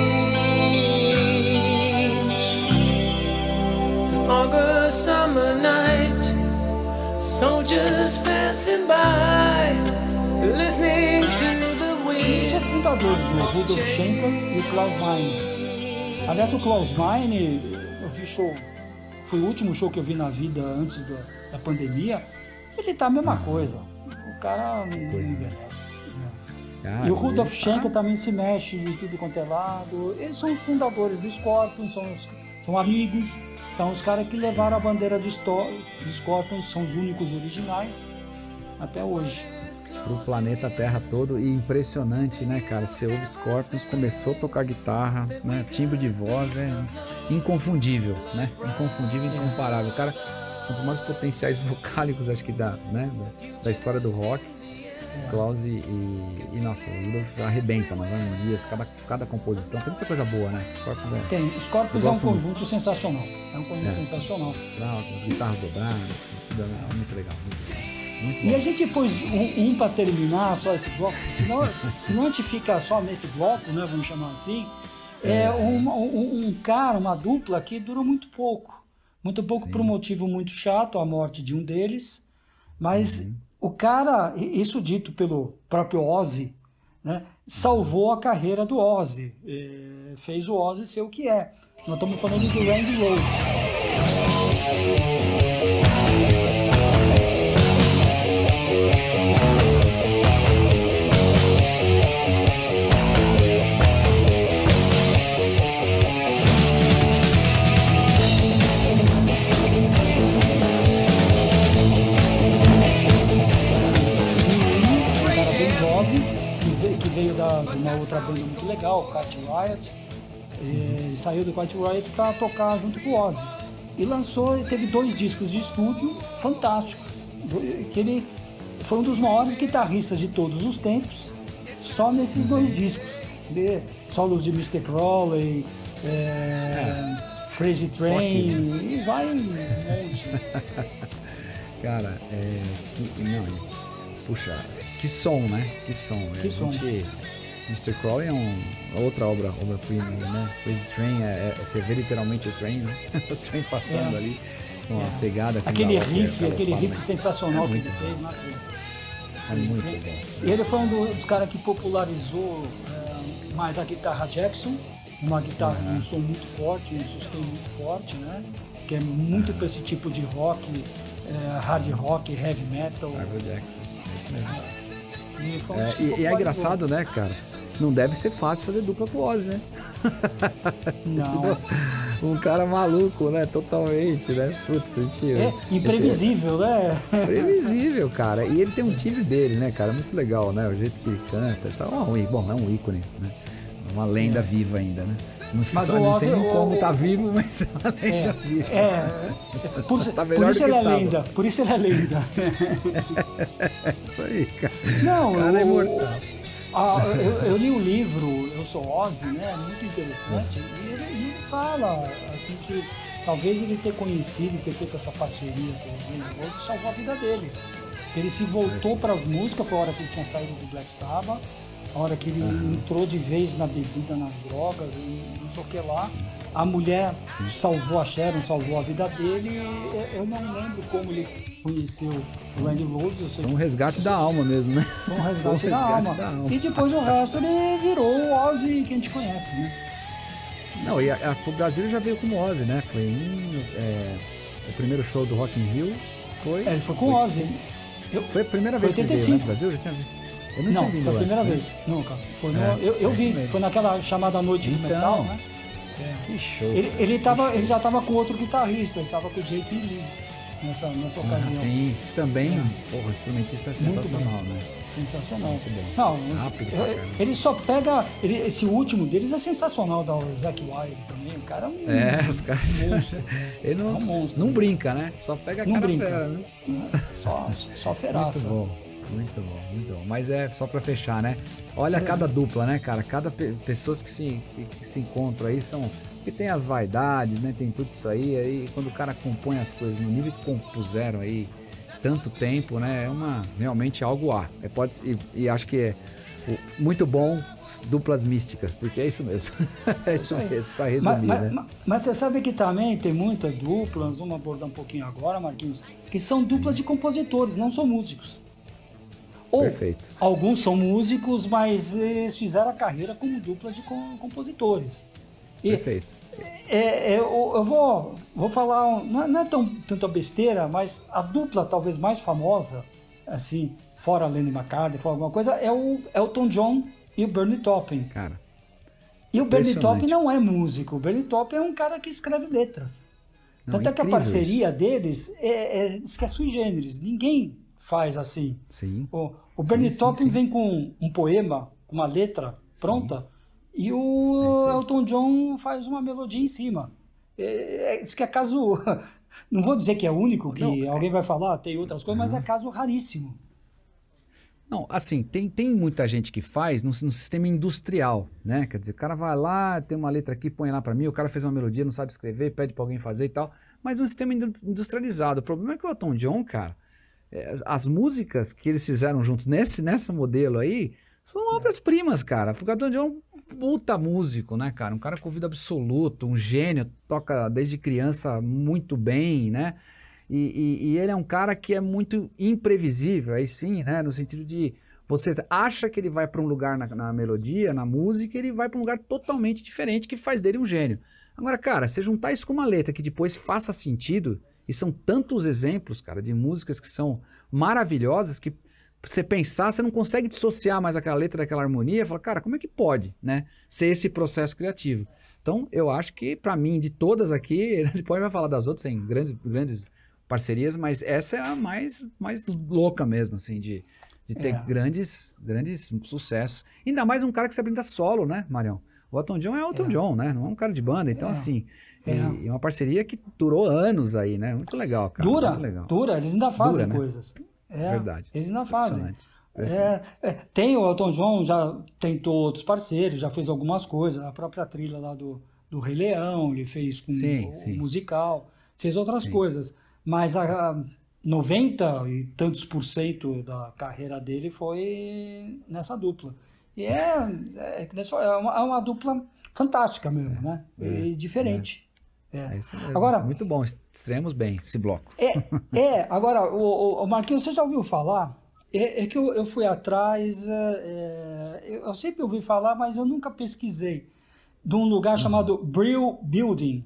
An August summer night, soldiers passing by, listening to the wind. Os fundadores, o Rudolf Schenker e o Klaus Meine. Aliás, o Klaus Meine, eu vi show, foi o último show que eu vi na vida antes da, da pandemia. Ele tá a mesma coisa. O cara não envelhece. Cara, e o Rudolf Schenker tá... também se mexe de tudo quanto é lado. Eles são os fundadores do Scorpions, são, os, são amigos, são os caras que levaram a bandeira de, de Scorpions, são os únicos originais até hoje. Pro planeta Terra todo, e impressionante, né, cara? Você ouve Scorpions, começou a tocar guitarra, né? Timbre de voz é inconfundível, né? Inconfundível, incomparável. O cara, um dos maiores potenciais vocálicos, acho que da, né? da, da história do rock. Klaus e, e, e nossa, o Rudolf arrebenta nas harmonias, cada, cada composição, tem muita coisa boa, né? Scorpions é, tem, Scorpions é um conjunto muito. sensacional, é um conjunto é. sensacional. As guitarras dobradas, tudo é muito legal, muito legal. Muito e a gente pôs um, um para terminar só esse bloco, senão, senão a gente fica só nesse bloco, né, vamos chamar assim, é, é um, um, um cara, uma dupla que durou muito pouco, muito pouco Sim. por um motivo muito chato, a morte de um deles, mas uhum. o cara, isso dito pelo próprio Ozzy, né, salvou a carreira do Ozzy, é, fez o Ozzy ser o que é. Nós estamos falando do Randy Rhoads. Que veio da, de uma outra banda muito legal, o Quiet Riot, e saiu do Quiet Riot para tocar junto com o Ozzy. E lançou, teve dois discos de estúdio fantásticos, que ele foi um dos maiores guitarristas de todos os tempos, só nesses dois discos. De solos de mister Crowley, é, é. Crazy Train, que... e vai um monte. Cara, é... Que, não, puxa, que som, né? Que som. Que é, som. Gente, mister Crowley é um, outra obra, obra prima, né? Crazy Train, é, é, você vê literalmente o trem, né? O trem passando é. ali, com uma é. pegada. Aquele riff, aquele riff sensacional é que ele bom. fez, né? É muito bom. E ele foi um dos caras que popularizou é, mais a guitarra Jackson, uma guitarra com uhum. um som muito forte, um sustain muito forte, né? Que é muito uhum. para esse tipo de rock, é, hard rock, heavy metal. Michael Jackson, é isso mesmo. E, foi um é, e, e é engraçado, né, cara? Não deve ser fácil fazer dupla com o Ozzy, né? Não. Um cara maluco, né? Totalmente, né? Putz, mentira. É imprevisível, é... né? Previsível, cara. E ele tem um timbre dele, né, cara? Muito legal, né? O jeito que ele canta e tal. Bom, é um ícone, né? Uma lenda é. viva ainda, né? Não, se mas só, o não Ozzy, sei nem o, como o, tá vivo, mas é uma lenda é, viva. É, por, tá por isso ele é tava. lenda. Por isso ele é lenda. Isso aí, cara. Não, o cara eu, é imortal. Ah, eu, eu li o livro Eu Sou Ozzy, né? Muito interessante. E ele, ele fala assim que talvez ele ter conhecido e ter feito essa parceria com o Ozzy salvou a vida dele. Ele se voltou para as músicas, foi a hora que ele tinha saído do Black Sabbath, a hora que ele uhum. entrou de vez na bebida, nas drogas, não sei o que lá. A mulher salvou a Sharon, salvou a vida dele. Eu não lembro como ele conheceu o Randy Rhoads. Eu sei Foi um resgate que... da alma mesmo, né? Foi um resgate, Foi um da, resgate alma. da alma. E depois o resto ele virou o Ozzy que a gente conhece, né? Não, e a, a, o Brasil já veio como Ozzy, né? Foi em, é, o primeiro show do Rock in Rio. Foi, é, ele foi com o Ozzy. Eu, foi a primeira vez que ele veio, né, no Brasil? Eu já tinha visto. Eu não, não tinha foi a primeira antes, vez. Né? Nunca. Foi no, é, eu eu é vi, foi naquela chamada Noite então, do Metal, né? É. Que show. Ele, ele, tava, ele já estava com outro guitarrista, ele estava com o Jake Lee nessa, nessa ah, ocasião. Sim, também, é. porra, o instrumentista é sensacional, né? Sensacional. Muito bom. Não, Rápido, ele, ele só pega. Ele, esse último deles é sensacional, da Zakk Wylde também. O cara é um. É, os caras. Monstro. Ele não, é um monstro, não né? brinca, né? Só pega a não cara brinca. fera, né? Só, só feraça. Muito bom, muito bom, muito bom. Mas é só pra fechar, né? Olha é. cada dupla, né, cara? Cada pe pessoas que se, que, que se encontram aí são. Porque tem as vaidades, né? Tem tudo isso aí. Aí quando o cara compõe as coisas no nível que compuseram aí tanto tempo, né? É uma realmente algo a. É, pode, e, e acho que é muito bom duplas místicas, porque é isso mesmo. É isso mesmo, para resumir, mas, né? Mas, mas você sabe que também tem muitas duplas, vamos abordar um pouquinho agora, Marquinhos, que são duplas de compositores, não são músicos. Ou Perfeito. Alguns são músicos, mas eles fizeram a carreira como dupla de compositores. E, Perfeito. É, é, eu, eu vou, vou falar, não é, não é tão, tanta besteira, mas a dupla talvez mais famosa, assim, fora Lennon e McCartney, fora alguma coisa, é o Elton John e o Bernie Taupin. Cara, e o Bernie Taupin não é músico, o Bernie Taupin é um cara que escreve letras. Não, Tanto é que a parceria isso. deles é, é, diz que é sui generis, ninguém faz assim. Sim. O, o Bernie sim, Taupin sim, sim. vem com um poema, uma letra pronta, sim. E o é Elton John faz uma melodia em cima. É, é, diz que é caso... Não vou dizer que é único, que não, alguém vai falar, tem outras coisas, uhum. mas é caso raríssimo. Não, assim, tem, tem muita gente que faz no, no sistema industrial, né? Quer dizer, o cara vai lá, tem uma letra aqui, põe lá pra mim, o cara fez uma melodia, não sabe escrever, pede pra alguém fazer e tal. Mas no sistema industrializado. O problema é que o Elton John, cara, é, as músicas que eles fizeram juntos nesse, nessa modelo aí, são obras-primas, cara. O Elton John é um puta músico, né, cara? Um cara com vida absoluta, um gênio, toca desde criança muito bem, né? E, e, e ele é um cara que é muito imprevisível, aí sim, né? No sentido de você acha que ele vai para um lugar na, na melodia, na música, e ele vai para um lugar totalmente diferente que faz dele um gênio. Agora, cara, você juntar isso com uma letra que depois faça sentido, e são tantos exemplos, cara, de músicas que são maravilhosas que você pensar, você não consegue dissociar mais aquela letra daquela harmonia, fala, cara, como é que pode, né, ser esse processo criativo? Então, eu acho que, para mim, de todas aqui, depois vai falar das outras, tem grandes, grandes parcerias, mas essa é a mais, mais louca mesmo, assim, de, de ter é. grandes, grandes sucessos. Ainda mais um cara que se brinda solo, né, Marião? O Elton John é Elton é. John, né? Não é um cara de banda, então, é. assim, é. E, e uma parceria que durou anos aí, né? Muito legal, cara. Dura, muito legal. dura, eles ainda fazem dura, coisas. Né? É, verdade. eles ainda fazem. Impressionante. É, é, tem o Elton John, já tentou outros parceiros, já fez algumas coisas, a própria trilha lá do, do Rei Leão, ele fez com Sim, o, sim. o musical, fez outras Sim. coisas, mas a, a noventa e tantos por cento da carreira dele foi nessa dupla. E é, é, é, uma, é uma dupla fantástica mesmo, né? É, E diferente. É. É isso mesmo. Agora, muito bom, estreamos bem esse bloco. É, é agora, o, o Marquinhos, você já ouviu falar? É, é que eu, eu fui atrás, é, eu sempre ouvi falar, mas eu nunca pesquisei, de um lugar chamado Brill Building.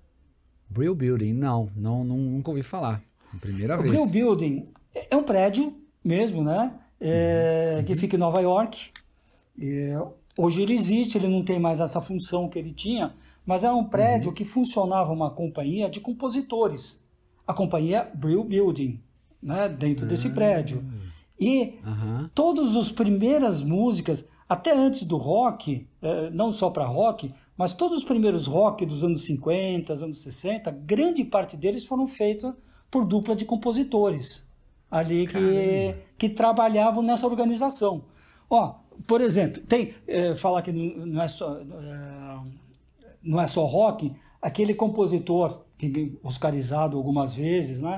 Brill Building, não, não, não nunca ouvi falar. Primeira O vez. Brill Building é um prédio mesmo, né? É, Uhum. que fica em Nova York. É, hoje ele existe, ele não tem mais essa função que ele tinha, mas é um prédio Uhum. que funcionava uma companhia de compositores. A companhia Brill Building, né? Dentro desse prédio. E Aham. todas as primeiras músicas, até antes do rock, eh, não só para rock, mas todos os primeiros rock dos anos cinquenta, anos sessenta, grande parte deles foram feitos por dupla de compositores ali que, que trabalhavam nessa organização. Ó, por exemplo, tem, eh, falar que não não é só, eh, não é só rock, aquele compositor que oscarizado algumas vezes, né?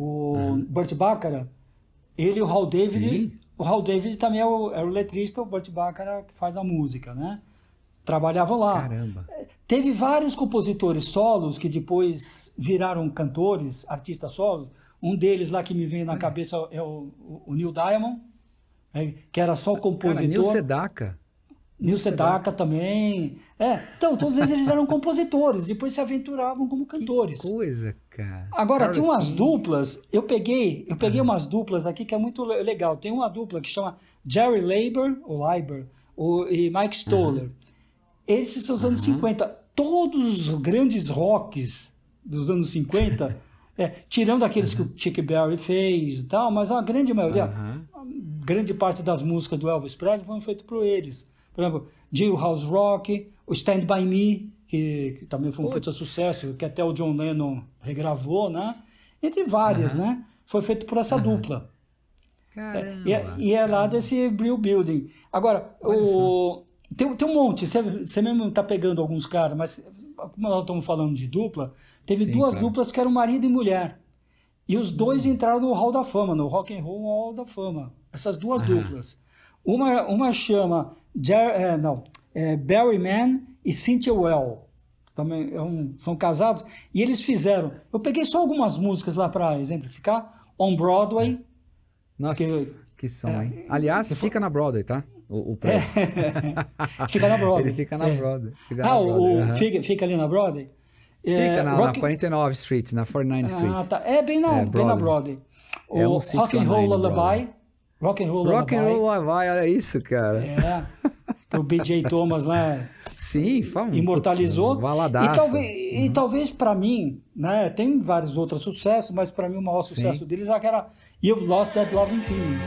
O Burt Bacharach, ele e o Hal David, Sim. o Hal David também é o, é o letrista, o Burt Bacharach que faz a música, né? Trabalhavam lá. Caramba. Teve vários compositores solos que depois viraram cantores, artistas solos. Um deles lá que me vem na cabeça é o, o Neil Diamond, é, que era só compositor. Cara, Neil Sedaka. Neil Sedaka também. É, então, todos eles, eles eram compositores, depois se aventuravam como cantores. Que coisa, cara. Agora, Carlos tem umas King. duplas, eu peguei, eu peguei umas duplas aqui que é muito le- legal. Tem uma dupla que chama Jerry Leiber, ou Leiber, o, e Mike Stoller. Esses são os anos cinquenta. Todos os grandes rocks dos anos cinquenta, é, tirando aqueles que o Chuck Berry fez e tal, mas a grande maioria, Aham. grande parte das músicas do Elvis Presley foram feitas por eles. Por exemplo, Jailhouse Rock, o Stand By Me, que, que também foi um puta sucesso, que até o John Lennon regravou, né? Entre várias, Aham. né? Foi feito por essa dupla. Caramba. E é, e é lá desse Brill Building. Agora, o, tem, tem um monte, você, você mesmo está pegando alguns caras, mas como nós estamos falando de dupla, teve Sim, duas claro. duplas que eram marido e mulher. E os dois entraram no Hall da Fama, no Rock and Roll Hall da Fama. Essas duas Aham. duplas. Uma, uma chama Jer, é, não, é Barry Mann e Cynthia Well. Também é um- são casados. E eles fizeram... Eu peguei só algumas músicas lá para exemplificar. On Broadway. Nossa, que- que, som, hein? Aliás, fica na Broadway, tá? O, o prédio. Fica na Broadway. Ele fica na É. Broadway. Fica Ah, na o, Broadway, aham. fica, fica ali na Broadway? Fica É, na, Rock- na quarenta e nove Street, na quarenta e nove Street. Ah, tá. É bem na, É, bem na Broadway. Broadway. O É um Rock and six one Roll nine Lullaby. Broadway. Rock and Roll Rock and Lullaby. Roll vai, olha isso, cara. É. O B J Thomas lá Sim, fala imortalizou. Putz, valadaça. E talvez, e talvez para mim, né, tem vários outros sucessos, mas para mim o maior sucesso Sim. deles é aquela You've Lost That Loving Feeling.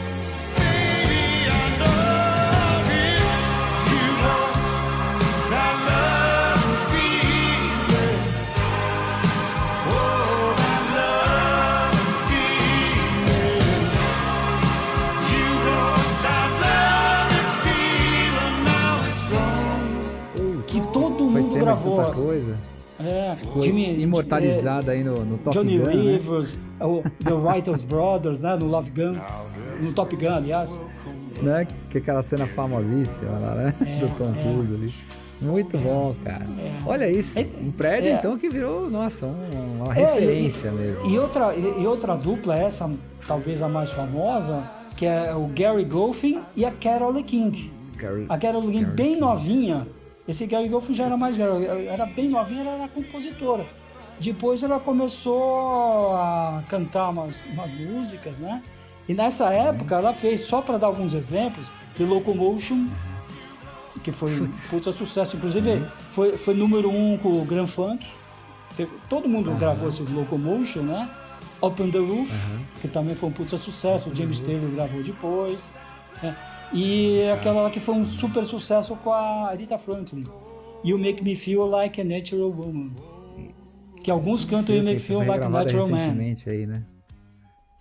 Que todo Foi mundo tema de gravou. tanta coisa. É, Ficou Jimmy- imortalizada aí no, no é, Top Johnny Gun, né? Rivers, o The Writers Brothers, né, no Love Gun, no Top Gun, aliás. né? Que é aquela cena famosíssima lá, né? É, Do Tom é. Cruise ali. Muito bom, cara. Olha isso. É, Um prédio, é. então, que virou, nossa, um- uma É, referência e, mesmo. E outra, e, e outra dupla, essa talvez a mais famosa, que é o Gary Goffin e a Carole King. Carol- A Carole King Carole bem King. novinha. Esse Gary Goffin já era mais velho, era bem novinha, ela era compositora. Depois ela começou a cantar umas, umas músicas, né? E nessa época ela fez, só para dar alguns exemplos, The Locomotion, que foi um puta sucesso. Inclusive, foi, foi número um com o Grand Funk. Teve- Todo mundo gravou esse Locomotion, né? Open the Roof, que também foi um puta sucesso. O James Taylor gravou depois. Né? E aquela lá que foi um super sucesso com a Aretha Franklin. You Make Me Feel Like a Natural Woman. Que alguns cantam You Make Me Feel Foi Like a regravada Natural Man. recentemente aí, né?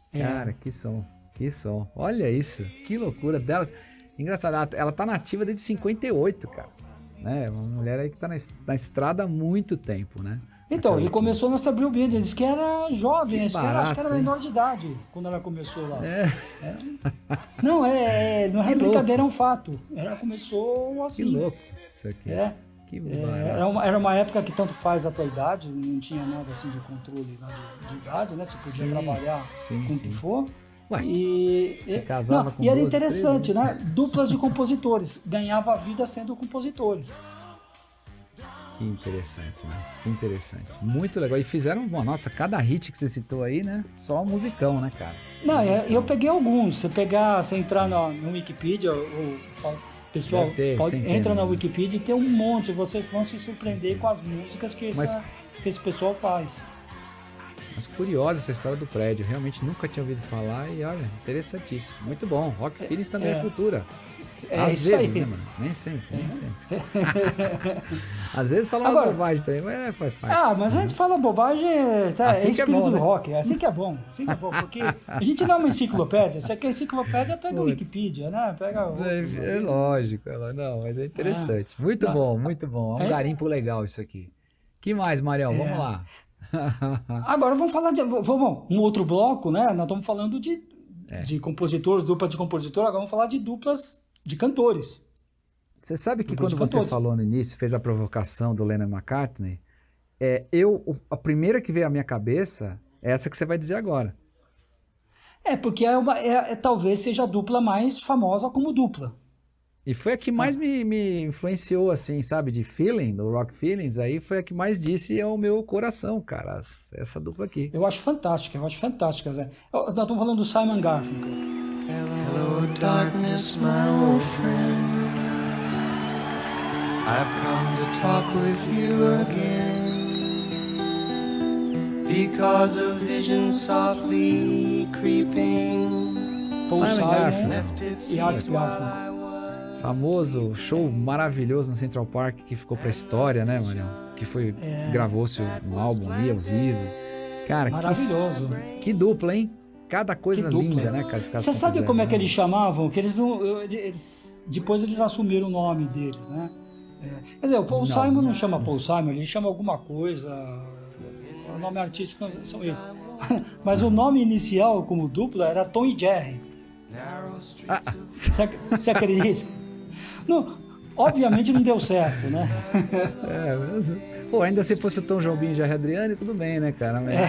Cara, que som, que som. Olha isso, que loucura delas. Engraçado, ela, ela tá nativa desde cinquenta e oito, cara. Né? Uma mulher aí que tá na, na estrada há muito tempo, né? Então, e começou na Sabrina Band, diz que era jovem, Que acho, que era, acho que era barato, menor de idade quando ela começou lá. É, É. Não, é, é, não é brincadeira, é um fato. Ela começou que assim. louco isso aqui. É. Que É, barato. era, uma, era uma época que tanto faz a tua idade, não tinha nada assim de controle lá de, de idade, né? Você podia Sim, trabalhar sim, com o sim. que for. Ué, E, se e- casava não, com e era doze, interessante, treze, né? Duplas de compositores, ganhava a vida sendo compositores. que interessante, né? Que interessante. Muito legal. E fizeram, bom, nossa, cada hit que você citou aí, né? Só um musicão, né, cara? Não, eu, eu peguei alguns. Você pegar, você entrar no, no Wikipedia, o pessoal Deve ter pode, centenas, entra na né? Wikipedia e tem um monte. Vocês vão se surpreender com as músicas que, essa, Mas- que esse pessoal faz. Mas curiosa essa história do prédio. Realmente nunca tinha ouvido falar e olha, interessantíssimo. Muito bom. Rock Feelings também é, é. cultura. É Às isso vezes, aí. né, mano? Nem sempre, nem sempre. Às vezes fala umas Agora- bobagem também, mas é, faz parte. Ah, mas a gente fala bobagem, tá? Assim É que é espírito bom, do né? rock, é assim que é bom, assim que é bom, porque a gente dá uma enciclopédia, você quer enciclopédia, pega o Putz. Wikipedia, né? Pega o... É, é lógico, é lógico. Não, mas é interessante. muito Não. bom, muito bom. É um É. garimpo legal isso aqui. Que mais, Mariel? Vamos É. lá. Agora vamos falar de vamos, um outro bloco, né? Nós estamos falando de, É. de compositores, dupla de compositor, agora vamos falar de duplas de cantores. Você sabe que Depois quando de você cantores. falou no início, fez a provocação do Lennon McCartney, é, eu, o- a primeira que veio à minha cabeça é essa que você vai dizer agora. É, porque é uma, é, é- talvez seja a dupla mais famosa como dupla. E foi a que mais me, me influenciou, assim, sabe, de feeling, do Rock Feelings, aí foi a que mais disse ao meu coração, cara, essa dupla aqui. Eu acho fantástica, eu acho fantástica, Zé. Eu- Nós estamos falando do Simon Garfunkel. Hello, darkness, my old friend. I've come to talk with you again because a vision softly creeping Paul Simon Simon Garfunkel. left its e Art seat while Garfunkel. I was. Famoso show maravilhoso no Central Park que ficou pra história, né, Marião? Que foi, gravou-se um álbum ali ao vivo. Cara, Maravilhoso. Que, que dupla, hein? Cada coisa Que dupla. linda, né, cara? esses caras Você sabe compuseram, como é que né? eles chamavam? Que eles não, eu- eles, depois eles assumiram o nome deles, né? É, quer dizer, o Paul Não, Simon não não. chama Paul Simon, ele chama alguma coisa. O nome artístico são esses. Mas o nome inicial como dupla era Tom e Jerry. Ah, Você, ac- você acredita? Não, obviamente não deu certo, né? é, mas, pô, ainda se fosse o Tom Jobim e Jerry Adriani, tudo bem, né, cara? Mas...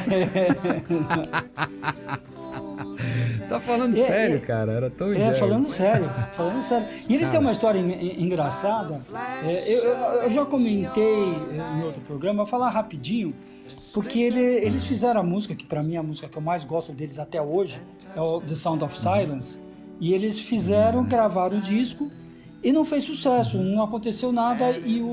tá falando É, sério, é, cara. Era Tom e É, Jerry. falando sério, falando sério. E eles têm uma história en- en- engraçada. É, eu, eu- eu já comentei é, em outro programa, vou falar rapidinho, porque ele- eles fizeram a música, que pra mim é a música que eu mais gosto deles até hoje, é o The Sound of Silence, e eles fizeram, gravaram o disco, e não fez sucesso, não aconteceu nada, e o,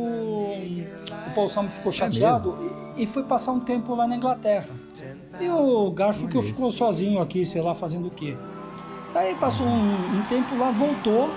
o Paul Simon ficou chateado e, e foi passar um tempo lá na Inglaterra. E o Garfunkel ficou sozinho aqui, sei lá, fazendo o quê. Aí passou um, um tempo lá, voltou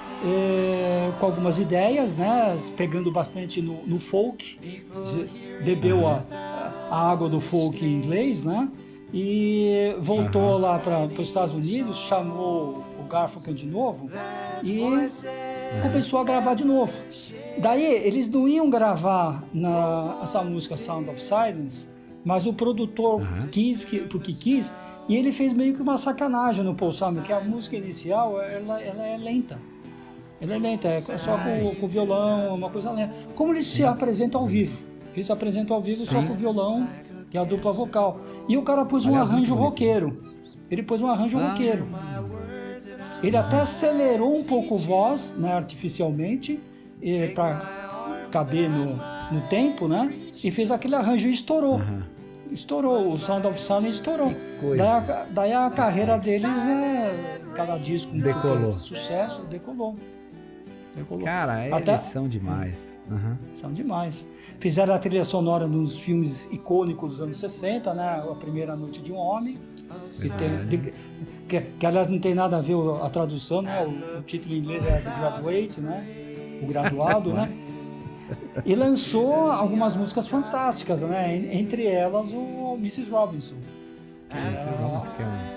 é, com algumas ideias, né? Pegando bastante no, no folk, bebeu a, a água do folk em inglês, né? E voltou lá para os Estados Unidos, chamou o Garfunkel de novo e começou a gravar de novo. Daí eles não iam gravar na, essa música Sound of Silence, mas o produtor Uhum. quis, que, porque quis, e ele fez meio que uma sacanagem no Paul Simon, que a música inicial ela, ela é lenta. Ela é lenta, é só com, com violão, uma coisa lenta. Como eles se apresentam ao vivo. Eles se apresentam ao vivo só com o violão, que é a dupla vocal. E o cara pôs um Aliás, muito arranjo bonito. roqueiro. Ele pôs um arranjo Ah. roqueiro. Ele até acelerou um pouco a voz, né, artificialmente, para caber no, no tempo, né? E fez aquele arranjo e estourou. Aham. Estourou, o Sound of Silence estourou. coisa. Daí a, daí a carreira deles é. Cada disco um Decolou. super sucesso, decolou. Decolou. Cara, é, Até- eles são demais. Aham. São demais. Fizeram a trilha sonora nos filmes icônicos dos anos sessenta, né? A Primeira Noite de um Homem. Que, tem, de- que, que, aliás não tem nada a ver a tradução, né? O, o título em inglês é The Graduate, né? O graduado, né? E lançou algumas músicas fantásticas, né? En- Entre elas o missus Robinson. Esse é o que é um, um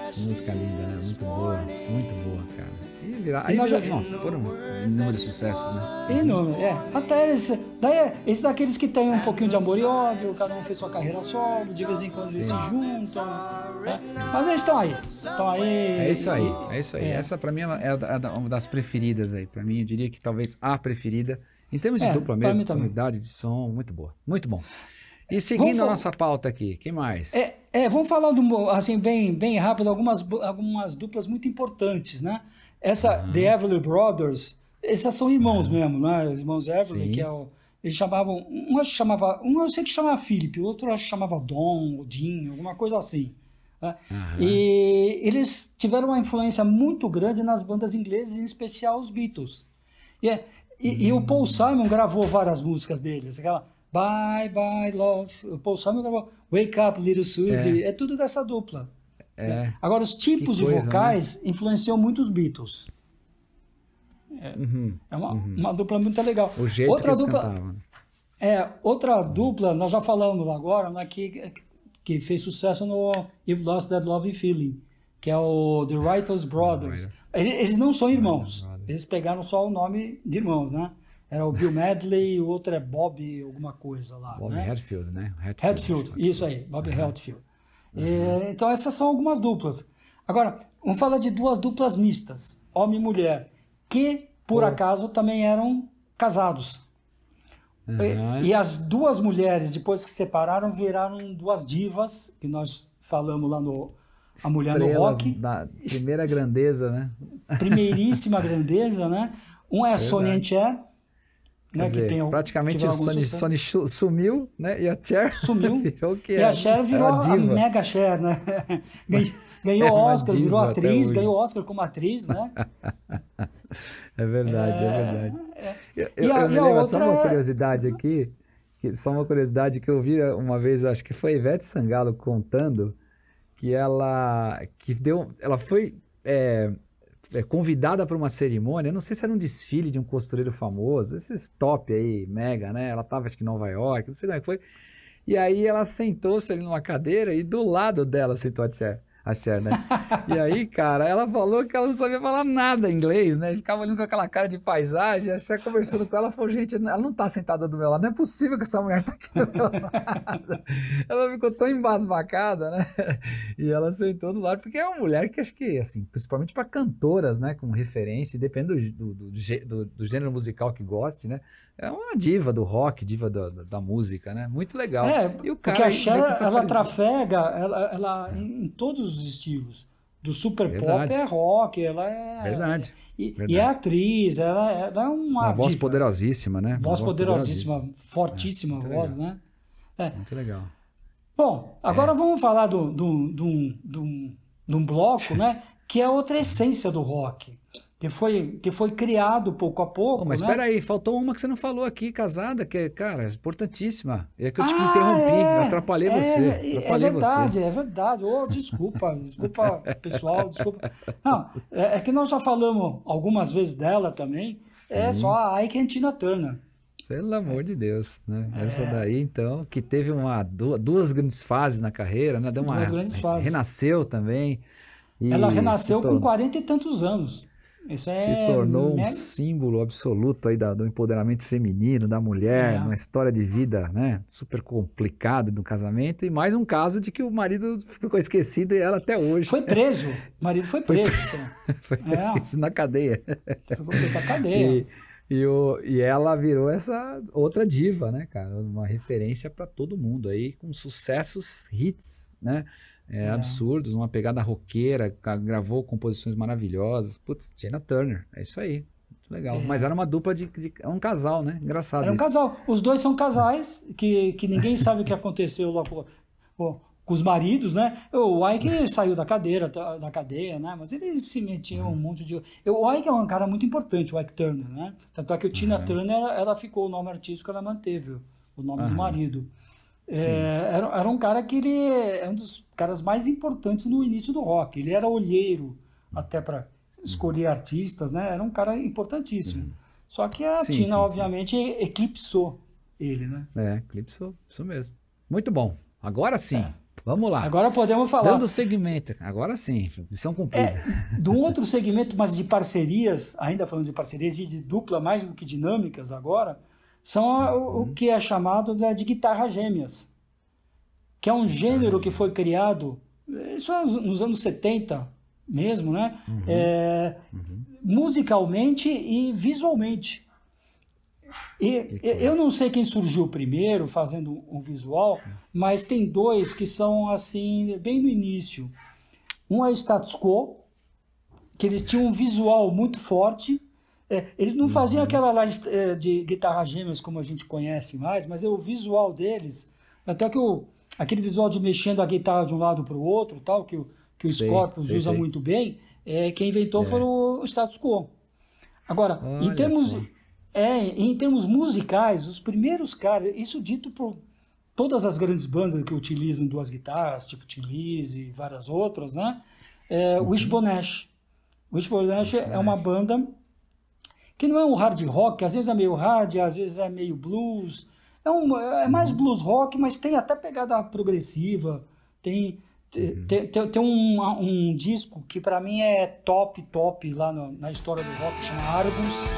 Música linda, né? Muito boa, muito boa, cara. E virar, aí E nós virou, já- não, foram inúmeros sucessos, né? E não, é, até esse, daí é, esse daqueles que tem um pouquinho de amor e ódio, cada um fez sua carreira solo, de vez em quando eles se juntam, né? Mas eles estão aí, estão aí. É isso aí, e- é isso aí. é. Essa pra mim é a- é a- uma das preferidas aí. Pra mim, eu diria que talvez a preferida. Em termos de É, dupla pra mesmo, mim de também. sonoridade, de som, muito boa. Muito bom. E seguindo Vamos a fa- nossa pauta aqui, quem mais? É, é, vamos falar de um, assim, bem, bem rápido, algumas, bu- algumas duplas muito importantes, né? Essa, The Everly Brothers, esses são irmãos mesmo, né? Os irmãos Everly, Sim. que é o, eles chamavam, um acho que chamava, um eu sei que chamava Philip, o outro eu acho que chamava Don, ou Dean, alguma coisa assim, né? Aham. E eles tiveram uma influência muito grande nas bandas inglesas, em especial os Beatles. E, é- e, e o Paul Simon gravou várias músicas deles, aquela Bye Bye Love, o Paul Simon gravou Wake Up Little Susie, é, tudo dessa dupla. É. Agora, os tipos Que de coisa, vocais influenciam muito os Beatles. Uhum. É uma, uma dupla muito legal. O jeito outra que eles dupla, cantavam. é, outra dupla, nós já falamos agora, né, que, que fez sucesso no You've Lost That Loving Feeling, que é o The Writers Brothers. Eles, eles não são irmãos, Brothers. eles pegaram só o nome de irmãos, né? Era o Bill Medley e o outro é Bob alguma coisa lá, Bob né? Hatfield, né? Hatfield, isso aí, Bob Hatfield. É, então essas são algumas duplas. Agora, vamos falar de duas duplas mistas, homem e mulher, que por Oh. acaso também eram casados. Aham. E, e as duas mulheres, depois que se separaram, viraram duas divas, que nós falamos lá no A Mulher no Estrelas Rock. da primeira grandeza, né? Primeiríssima grandeza, né? Um é a Sonny and Cher, né, Quer que dizer, tem o- praticamente tiveram o algum Sony, sucesso. Sony chu- sumiu, né? E a Cher Sumiu. virou o que E era. a Cher virou Era a diva. mega Cher, né? Ganhou- Ganhou É uma Oscar, virou diva até atriz, hoje. ganhou Oscar como atriz, né? É verdade, é, verdade. Eu, E eu, a- eu me e a lembro, outra só uma é- curiosidade aqui, que, só uma curiosidade que eu vi uma vez, acho que foi a Ivete Sangalo contando, que ela, que deu, ela foi é, é, convidada para uma cerimônia, eu não sei se era um desfile de um costureiro famoso, esses top aí, mega, né? Ela estava acho que em Nova York, não sei como é que foi. E aí ela sentou-se ali numa cadeira e do lado dela sentou a Cher, a Cher, né? E aí, cara, ela falou que ela não sabia falar nada em inglês, né? Ficava olhando com aquela cara de paisagem, a Cher conversando com ela, ela falou, gente, ela não tá sentada do meu lado, não é possível que essa mulher tá aqui do meu lado. Ela ficou tão embasbacada, né? E ela sentou do lado, porque é uma mulher que acho que, assim, principalmente para cantoras, né, com referência, e depende do, do, do, gê- do- do gênero musical que goste, né? É uma diva do rock, diva da, da, da música, né? Muito legal. É, E o porque cara a aí Cher, veio com essa ela carisma. trafega ela, ela, em, em todos os estilos. Do super Verdade. pop é rock, ela é... Verdade, E, verdade. e é atriz, ela, ela é uma, Uma voz diva. poderosíssima, né? Uma Voz poderosíssima, fortíssima É, muito voz, legal. né? É. Muito legal. Bom, agora vamos falar do, do, do, do, de um bloco, né? Que é outra essência do rock. Que foi, que foi criado pouco a pouco, Pô, mas né? espera aí, faltou uma que você não falou aqui, casada, que é, cara, importantíssima. É que eu te Ah, interrompi, é, atrapalhei é, você. É Atrapalhei verdade, é verdade. Oh, desculpa, desculpa, pessoal, desculpa. Não, é, é que nós já falamos algumas vezes dela também. É Sim. só a Ike and Tina Turner. você. Pelo amor de Deus, né? É. Essa daí, então, que teve uma, duas, duas grandes fases na carreira, né? Deu uma, Duas grandes fases. renasceu também. e Ela se renasceu tor- com quarenta e tantos anos. Isso é Se tornou um mega- símbolo absoluto aí da- do empoderamento feminino, da mulher, É. uma história de vida, né, super complicada do casamento, e mais um caso de que o marido ficou esquecido e ela até hoje Foi preso. O marido foi preso. Então. foi É. esquecido na cadeia. Ficou foi pra cadeia. E, e, o, e ela virou essa outra diva, né, cara? Uma referência para todo mundo aí, com sucessos, hits, né? É, É. absurdos, uma pegada roqueira, ca- gravou composições maravilhosas. Putz, Tina Turner, é isso aí. Muito legal. É. Mas era uma dupla de, de- é um casal, né? Engraçado Era um isso. casal. Os dois são casais que, que ninguém sabe o que aconteceu lá com, com- com os maridos, né? O Ike saiu da cadeira, da da cadeia, né? Mas eles se metiam um monte de... O Ike é um cara muito importante, o Ike Turner, né? Tanto é que o Tina Turner, ela, ela ficou, o nome artístico, ela manteve o nome do Aham. marido. É, era, era um cara que ele é um dos caras mais importantes no início do rock. Ele era olheiro até para escolher artistas, né? Era um cara importantíssimo. Só que a Sim, Tina, sim, obviamente, eclipsou ele, né? É, Calypso, isso mesmo. Muito bom. Agora sim, É. Vamos lá. Agora podemos falar. Dando segmento. Agora sim, missão cumprida. É, de um outro segmento, mas de parcerias, ainda falando de parcerias e de dupla, mais do que dinâmicas agora, são a, o, o que é chamado de, de guitarra gêmeas, que é um gênero que foi criado só nos anos setenta mesmo, né? Uhum. É, uhum. Musicalmente e visualmente. E, eu não sei quem surgiu primeiro fazendo um visual, mas tem dois que são assim, bem no início. Um é Status Quo, que eles tinham um visual muito forte. É, eles não faziam uhum. aquela lá de guitarra gêmeas como a gente conhece mais, mas é o visual deles. Até que o, aquele visual de mexendo a guitarra de um lado para o outro, tal, que o, que o Scorpions sei, usa sei. muito bem, é, quem inventou é. foi o Status Quo. Agora, Olha em termos... Só. É, em termos musicais, os primeiros caras, isso dito por todas as grandes bandas que utilizam duas guitarras, tipo Tin Lizzy e várias outras, né? É, uhum. Wishbone Ash. Wishbone Ash é uma banda que não é um hard rock, às vezes é meio hard, às vezes é meio blues. É, um, é mais blues rock, mas tem até pegada progressiva. Tem, uhum. tem, tem, tem um, um disco que para mim é top, top lá no, na história do rock, chama Argus.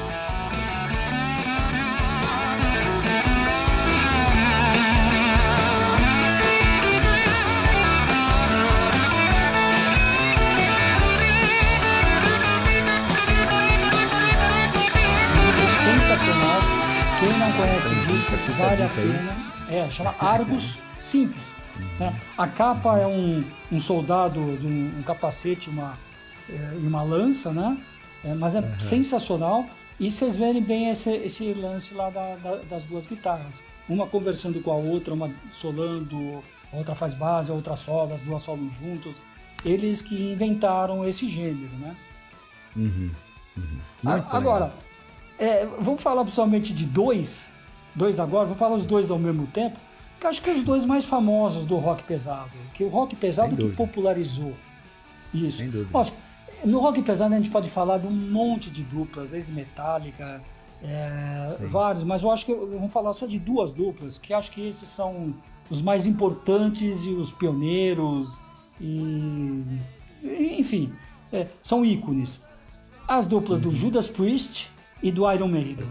Sensacional. Quem não conhece o disco, vale a pena. É, chama Argus, simples. Né? A capa é um, um soldado de um, um capacete uma, é, e uma lança, né? É, mas é uhum. sensacional. E vocês verem bem esse, esse lance lá da, da, das duas guitarras. Uma conversando com a outra, uma solando, a outra faz base, a outra sola, as duas solam juntos. Eles que inventaram esse gênero, né? Uhum. Uhum. A, agora... É, vamos falar somente de dois, dois agora, vamos falar os dois ao mesmo tempo, que eu acho que os dois mais famosos do rock pesado, que o rock pesado que popularizou isso. Nossa, no rock pesado a gente pode falar de um monte de duplas, desde Metallica, é, vários, mas eu acho que vamos falar só de duas duplas, que acho que esses são os mais importantes e os pioneiros, e, enfim, é, são ícones. As duplas uhum. do Judas Priest e do Iron Maiden.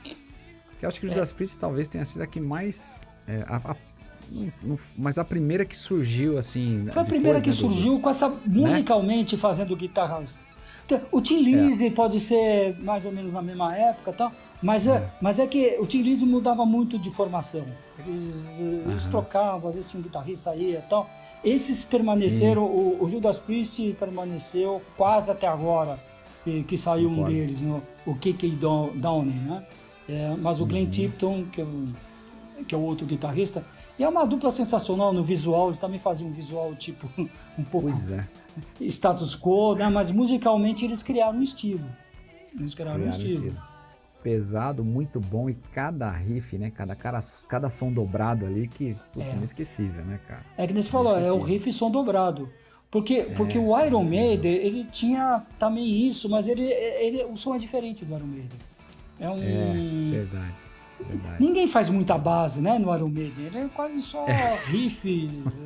Eu acho que o Judas é. Priest talvez tenha sido a que mais... É, a, a, não, mas a primeira que surgiu, assim... Foi a primeira que né, surgiu do... com essa... musicalmente né? fazendo guitarras. O Tin Lizzy é. pode ser mais ou menos na mesma época, tá? mas, é. É, mas é que o Tin Lizzy mudava muito de formação. Eles, eles trocavam, às vezes tinha um guitarrista aí e tal. Esses permaneceram... O, o Judas Priest permaneceu quase até agora. Que, que saiu Concordo. um deles, no, o K K Downing, né? É, mas o Glenn uhum. Tipton, que é, o, que é o outro guitarrista, e é uma dupla sensacional no visual, eles também faziam um visual tipo um pouco é. status quo, né? Mas musicalmente eles criaram um estilo. Eles criaram, criaram um estilo. estilo. Pesado, muito bom, e cada riff, né? Cada, cada, cada som dobrado ali que puta, é inesquecível, né, cara? É que nem você falou, é o riff e som dobrado. Porque, é, porque o Iron Maiden, ele tinha também isso, mas ele, ele, o som é diferente do Iron Maiden. É um... É, verdade, verdade. Ninguém faz muita base, né, no Iron Maiden. Ele é quase só é. riffs.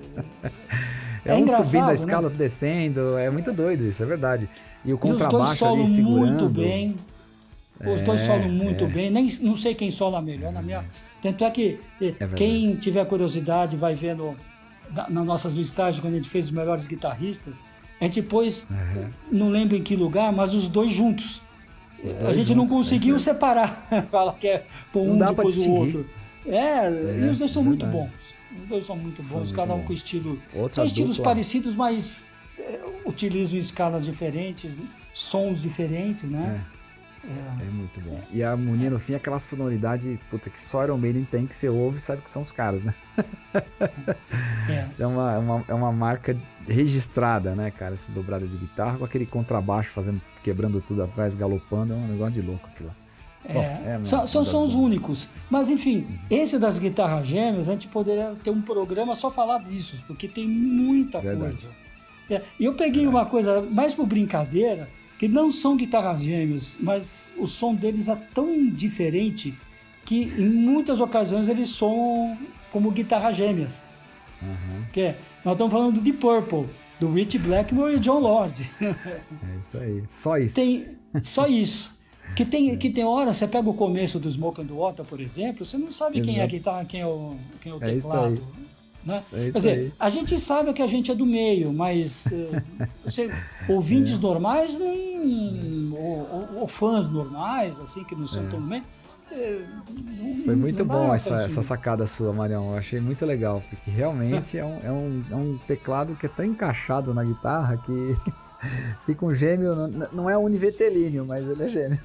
É, é um subindo a escala, né? descendo. É muito doido isso, é verdade. E o contrabaixo e os dois solam ali muito bem. Os é, dois solam muito é. bem. Nem, não sei quem sola melhor. Na minha... Tanto é que é quem tiver curiosidade vai vendo... nas nossas listagens, quando a gente fez os melhores guitarristas, a gente pôs, uhum. não lembro em que lugar, mas os dois juntos. Os dois a gente juntos, não conseguiu é separar, fala que é pôr um depois do outro. É, é, e os dois são verdade. muito bons. Os dois são muito bons, são cada um bom. com estilo. Outra são estilos dupla. parecidos, mas é, utilizam escalas diferentes, sons diferentes, né? É. É. é muito bom. E a harmonia no fim é aquela sonoridade puta, que só Iron Maiden tem, que você ouve e sabe que são os caras, né? É, é, uma, é, uma, é uma marca registrada, né, cara? Essa dobrada de guitarra com aquele contrabaixo fazendo, quebrando tudo atrás, galopando, é um negócio de louco aquilo lá. É, Bom, é uma, são, são, são os únicos. Mas enfim, uhum. esse das guitarras gêmeas, a gente poderia ter um programa só falar disso, porque tem muita Verdade. coisa. É, e eu peguei Verdade. uma coisa mais por brincadeira, que não são guitarras gêmeas, mas o som deles é tão diferente que em muitas ocasiões eles soam como guitarras gêmeas. Uhum. Que é, nós estamos falando de Purple, do Rich Blackmore e John Lord. É isso aí. Só isso. Tem, só isso. Que tem, que tem hora, você pega o começo do Smoke and the Water, por exemplo, você não sabe quem é a guitarra, quem é o, quem é o É isso teclado. aí. Né? É isso Quer dizer, aí. a gente sabe que a gente é do meio, mas eh, você, ouvintes É. normais não, ou, ou- ou fãs normais, assim, que não são tão do meio. eh, não- Foi muito não bom dá essa, pra essa assim. sacada sua, Marião. Eu achei muito legal, porque realmente é um, é, um, é um teclado que é tão encaixado na guitarra que fica um gêmeo. Não, não é univetelíneo, mas ele é gêmeo.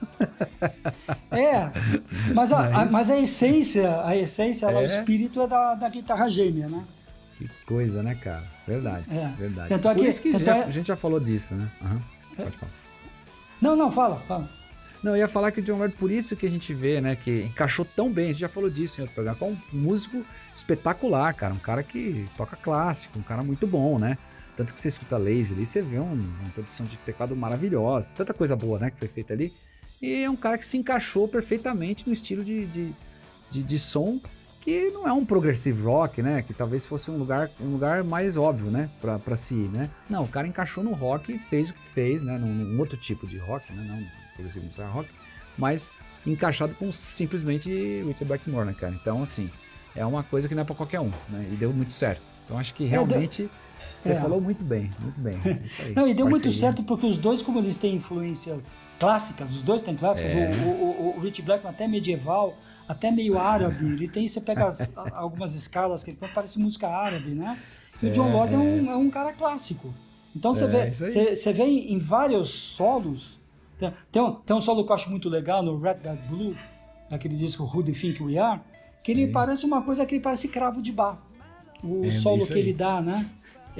É, mas a, Não é a- isso? mas a essência, a essência, lá, o É. espírito é da, da guitarra gêmea, né? Que coisa, né, cara? Verdade, É. verdade. Tanto é Por que- isso que tanto já- é- a gente já falou disso, né? Aham. Pode falar. Não, não, fala, fala. Não, eu ia falar que o John Lord, por isso que a gente vê, né, que encaixou tão bem, a gente já falou disso em outro programa, que é um músico espetacular, cara, um cara que toca clássico, um cara muito bom, né? Tanto que você escuta Lazy ali, você vê um- uma produção de teclado maravilhosa, tanta coisa boa, né, que foi feita ali. E é um cara que se encaixou perfeitamente no estilo de, de, de, de som, que não é um progressive rock, né, que talvez fosse um lugar, um lugar mais óbvio, né, pra, pra si, né. Não, o cara encaixou no rock e fez o que fez, né, num, num outro tipo de rock, né, não progressive music rock, mas encaixado com simplesmente Richard Blackmore, né, cara. Então, assim, é uma coisa que não é pra qualquer um, né, e deu muito certo. Então, acho que realmente você É. falou muito bem, muito bem. É isso aí. Não, e deu muito Parceria. certo porque os dois, como eles têm influências clássicas, os dois têm clássicas, É. o, o, o, o Rich Blackmore até medieval, até meio árabe, ele tem, você pega as- a- algumas escalas que parece música árabe, né? E o John Lord é um, é um cara clássico. Então você É, vê, isso aí. você, você vê em vários solos, tem, tem, um, tem um solo que eu acho muito legal no Red Bad Blue, daquele disco Who Do You Think We Are, que ele Sim. parece uma coisa que ele parece cravo de bar. O É, solo isso que aí. ele dá, né?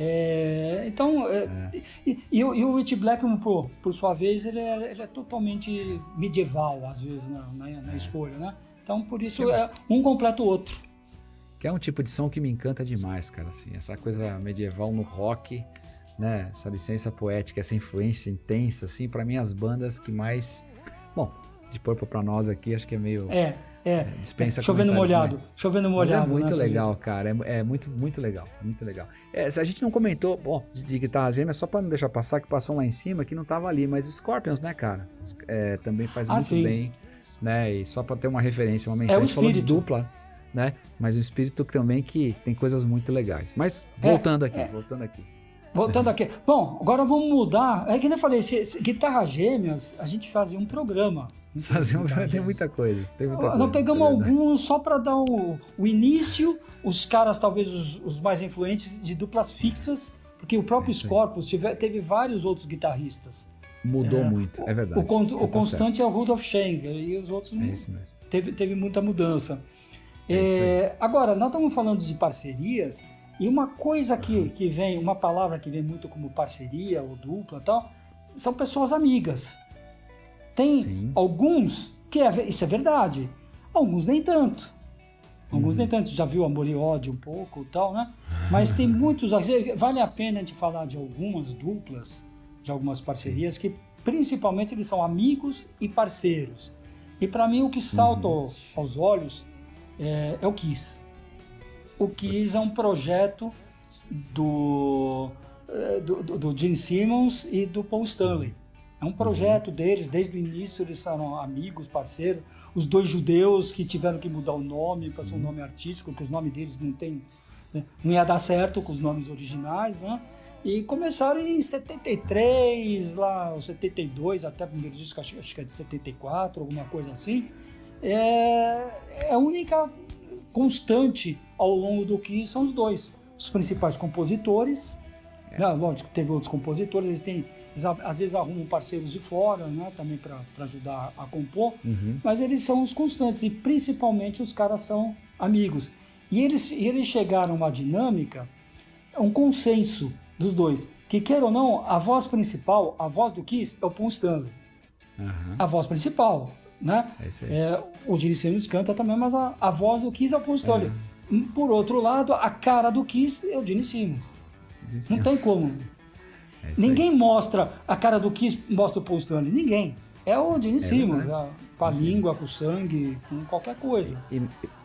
É, então, é, E, e o- e o Rich Blackmore, por, por sua vez, ele é, ele é totalmente medieval, às vezes, na, na, na escolha, né? Então, por isso, é, um completa o outro. Que é um tipo de som que me encanta demais, cara, assim, essa coisa medieval no rock, né, essa licença poética, essa influência intensa, assim, pra mim as bandas que mais, bom, de Purple pra nós aqui, acho que é meio, É, é. dispensa Chovendo comentários, molhado, né? chovendo Mas molhado. é muito né, legal, cara, é, é muito, muito legal, muito legal. É, se a gente não comentou, bom, de, de guitarra gêmea, só pra não deixar passar, que passou lá em cima, que não tava ali, mas Scorpions, né, cara, é, também faz Ah, muito sim. bem, né, e só pra ter uma referência, uma mensagem, É o a gente falou de espírito. dupla, né, mas o espírito também que tem coisas muito legais. Mas, É, voltando aqui, voltando aqui. Voltando aqui. Bom, agora vamos mudar. É que nem eu falei, se, se, guitarra gêmeas, a gente fazia um programa. Fazer um, Guitarra tem gêmeas. muita coisa, tem muita Nós coisa, pegamos é verdade. alguns só para dar o, o início, os caras talvez os, os mais influentes de duplas fixas, porque o próprio isso aí. Scorpions tive, teve vários outros guitarristas. Mudou É, muito, é verdade. O, con- Você o tá constante é o Rudolf Schenker e os outros certo. não- É isso mesmo. teve, teve muita mudança. É isso É, agora, nós estamos falando de parcerias e uma coisa que, que vem, uma palavra que vem muito como parceria ou dupla e tal, são pessoas amigas. Tem Sim. alguns que é, isso é verdade, alguns nem tanto. Alguns Uhum. nem tanto, já viu Amor e Ódio um pouco e tal, né? Mas tem muitos, vale a pena a gente falar de algumas duplas, de algumas parcerias que principalmente eles são amigos e parceiros. E para mim o que salta Uhum. aos olhos é, é o Kiss. O Kiss é um projeto do, eh, do, do, do Gene Simmons e do Paul Stanley. É um projeto deles, desde o início eles eram amigos, parceiros. Os dois judeus que tiveram que mudar o nome para ser um nome artístico, porque os nomes deles não tem, né, não ia dar certo com os nomes originais, né? E começaram em setenta e três, lá, ou setenta e dois, até o primeiro disco, acho, acho que é de setenta e quatro, alguma coisa assim. É, é a única constante ao longo do Kiss são os dois. Os principais compositores, né, lógico, teve outros compositores, eles têm, eles, às vezes arrumam parceiros de fora, né, também para ajudar a compor, Uhum. mas eles são os constantes e principalmente os caras são amigos. E eles, e eles chegaram a uma dinâmica, um consenso dos dois, que queira ou não, a voz principal, a voz do Kiss é o Paul Stanley, Aham. a voz principal, né? É isso aí. É, o Gene Simmons canta também, mas a, a voz do Kiss é o Paul Stanley. Por outro lado, a cara do Kiss é o Gene Simmons. Diz Não assim, tem como. é isso Ninguém mostra a cara do Kiss, mostra o Paul Stanley. Ninguém. É o Gene Simmons, verdade. a- com a língua, com o sangue, com qualquer coisa. aí.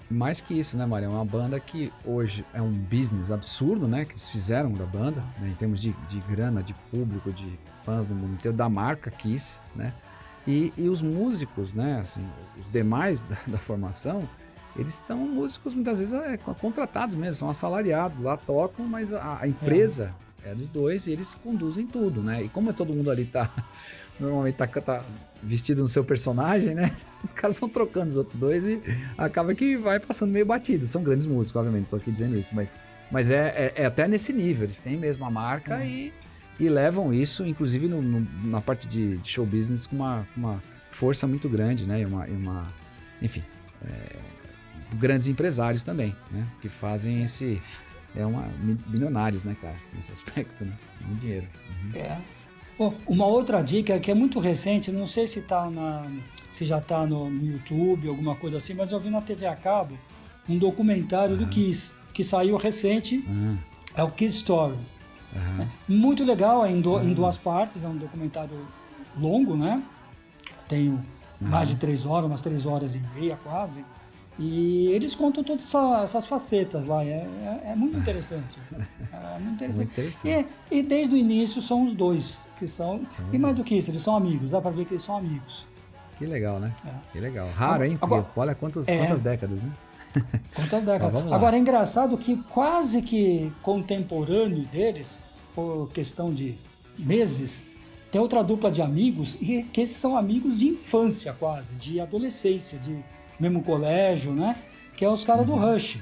Mais que isso, né, Maria? É uma banda que hoje é um business absurdo, né? Que eles fizeram da banda, né? Em termos de, de grana, de público, de fãs do mundo inteiro, da marca Kiss, né? E, e os músicos, né? Assim, os demais da, da formação, eles são músicos muitas vezes é, contratados mesmo, são assalariados, lá tocam, mas a, a empresa é. é dos dois e eles conduzem tudo, né? E como todo mundo ali tá... Normalmente tá, tá vestido no seu personagem, né? Os caras vão trocando os outros dois e acaba que vai passando meio batido. São grandes músicos, obviamente, tô aqui dizendo isso, mas, mas é, é, é até nesse nível. Eles têm mesmo a marca uhum. e, e levam isso, inclusive no, no, na parte de, de show business, com uma, uma força muito grande, né? E uma, e uma enfim, é, grandes empresários também, né? Que fazem esse... É uma... Milionários, né, cara? Nesse aspecto, né? Muito dinheiro. Uhum. É. Oh, uma outra dica que é muito recente, não sei se, tá na, se já está no, no YouTube, alguma coisa assim, mas eu vi na T V a cabo um documentário uhum. do Kiss, que saiu recente, uhum. é o Kiss Story. Uhum. É muito legal, é em, do, uhum. em duas partes, é um documentário longo, né? Tem uhum. mais de três horas, umas três horas e meia quase. E eles contam todas essa, essas facetas lá, é, é, é muito interessante. É muito interessante. Muito interessante. E, e desde o início são os dois, que são. Sim. E mais do que isso, eles são amigos, dá pra ver que eles são amigos. Que legal, né? É. Que legal. Raro, agora, hein? agora, olha quantas, é, quantas décadas, né? Quantas décadas. Agora é engraçado que quase que contemporâneo deles, por questão de meses, tem outra dupla de amigos, e que esses são amigos de infância quase, de adolescência, de mesmo colégio, né? Que é os caras uhum. do Rush.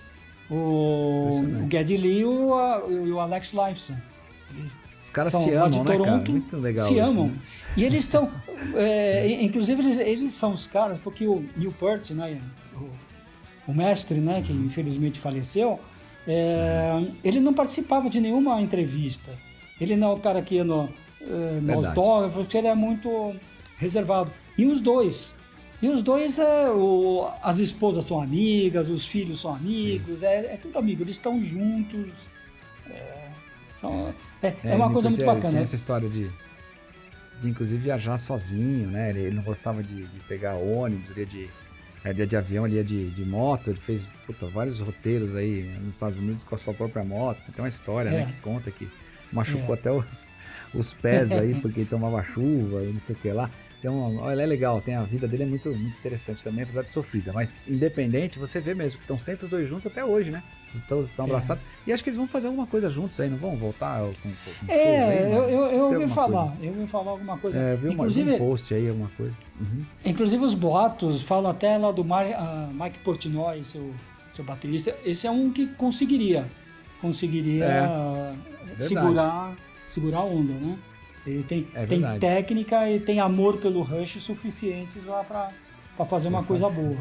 O, o Geddy Lee e o, o Alex Lifeson. Eles os caras se amam, né, Toronto, cara? Muito legal. Se isso, amam. Né? E eles estão... É, inclusive, eles, eles são os caras, porque o Neil Peart, né? O, o mestre, né? Que infelizmente faleceu, é, uhum. ele não participava de nenhuma entrevista. Ele não é o cara que ia no, no autógrafo, porque ele é muito reservado. E os dois... E os dois, é, o, as esposas são amigas, os filhos são amigos, é, é tudo amigo, eles estão juntos. É, são, é, é, é uma coisa muito bacana. Tinha essa história de, de inclusive, viajar sozinho, né? Ele, ele não gostava de, de pegar ônibus, ele ia de, ele ia de avião, ele ia de, de moto, ele fez puta, vários roteiros aí nos Estados Unidos com a sua própria moto. Tem uma história, é. né, que conta que machucou é. até o, os pés aí, porque ele tomava chuva e não sei o que lá. Então, ele é legal, tem a vida dele é muito, muito interessante também, apesar de sofrida. Mas, independente, você vê mesmo que estão sempre os dois juntos até hoje, né? Todos estão abraçados. É. E acho que eles vão fazer alguma coisa juntos aí, não vão voltar com, com É, aí, eu, eu, eu ouvi falar, coisa. eu ouvi falar alguma coisa. É, vi inclusive, um post aí, alguma coisa. Uhum. Inclusive os boatos falam até lá do Mar, uh, Mike Portnoy, seu, seu baterista. Esse é um que conseguiria, conseguiria é, uh, segurar, segurar a onda, né? Ele tem, é tem técnica e tem amor pelo Rush suficientes lá para fazer uma coisa boa.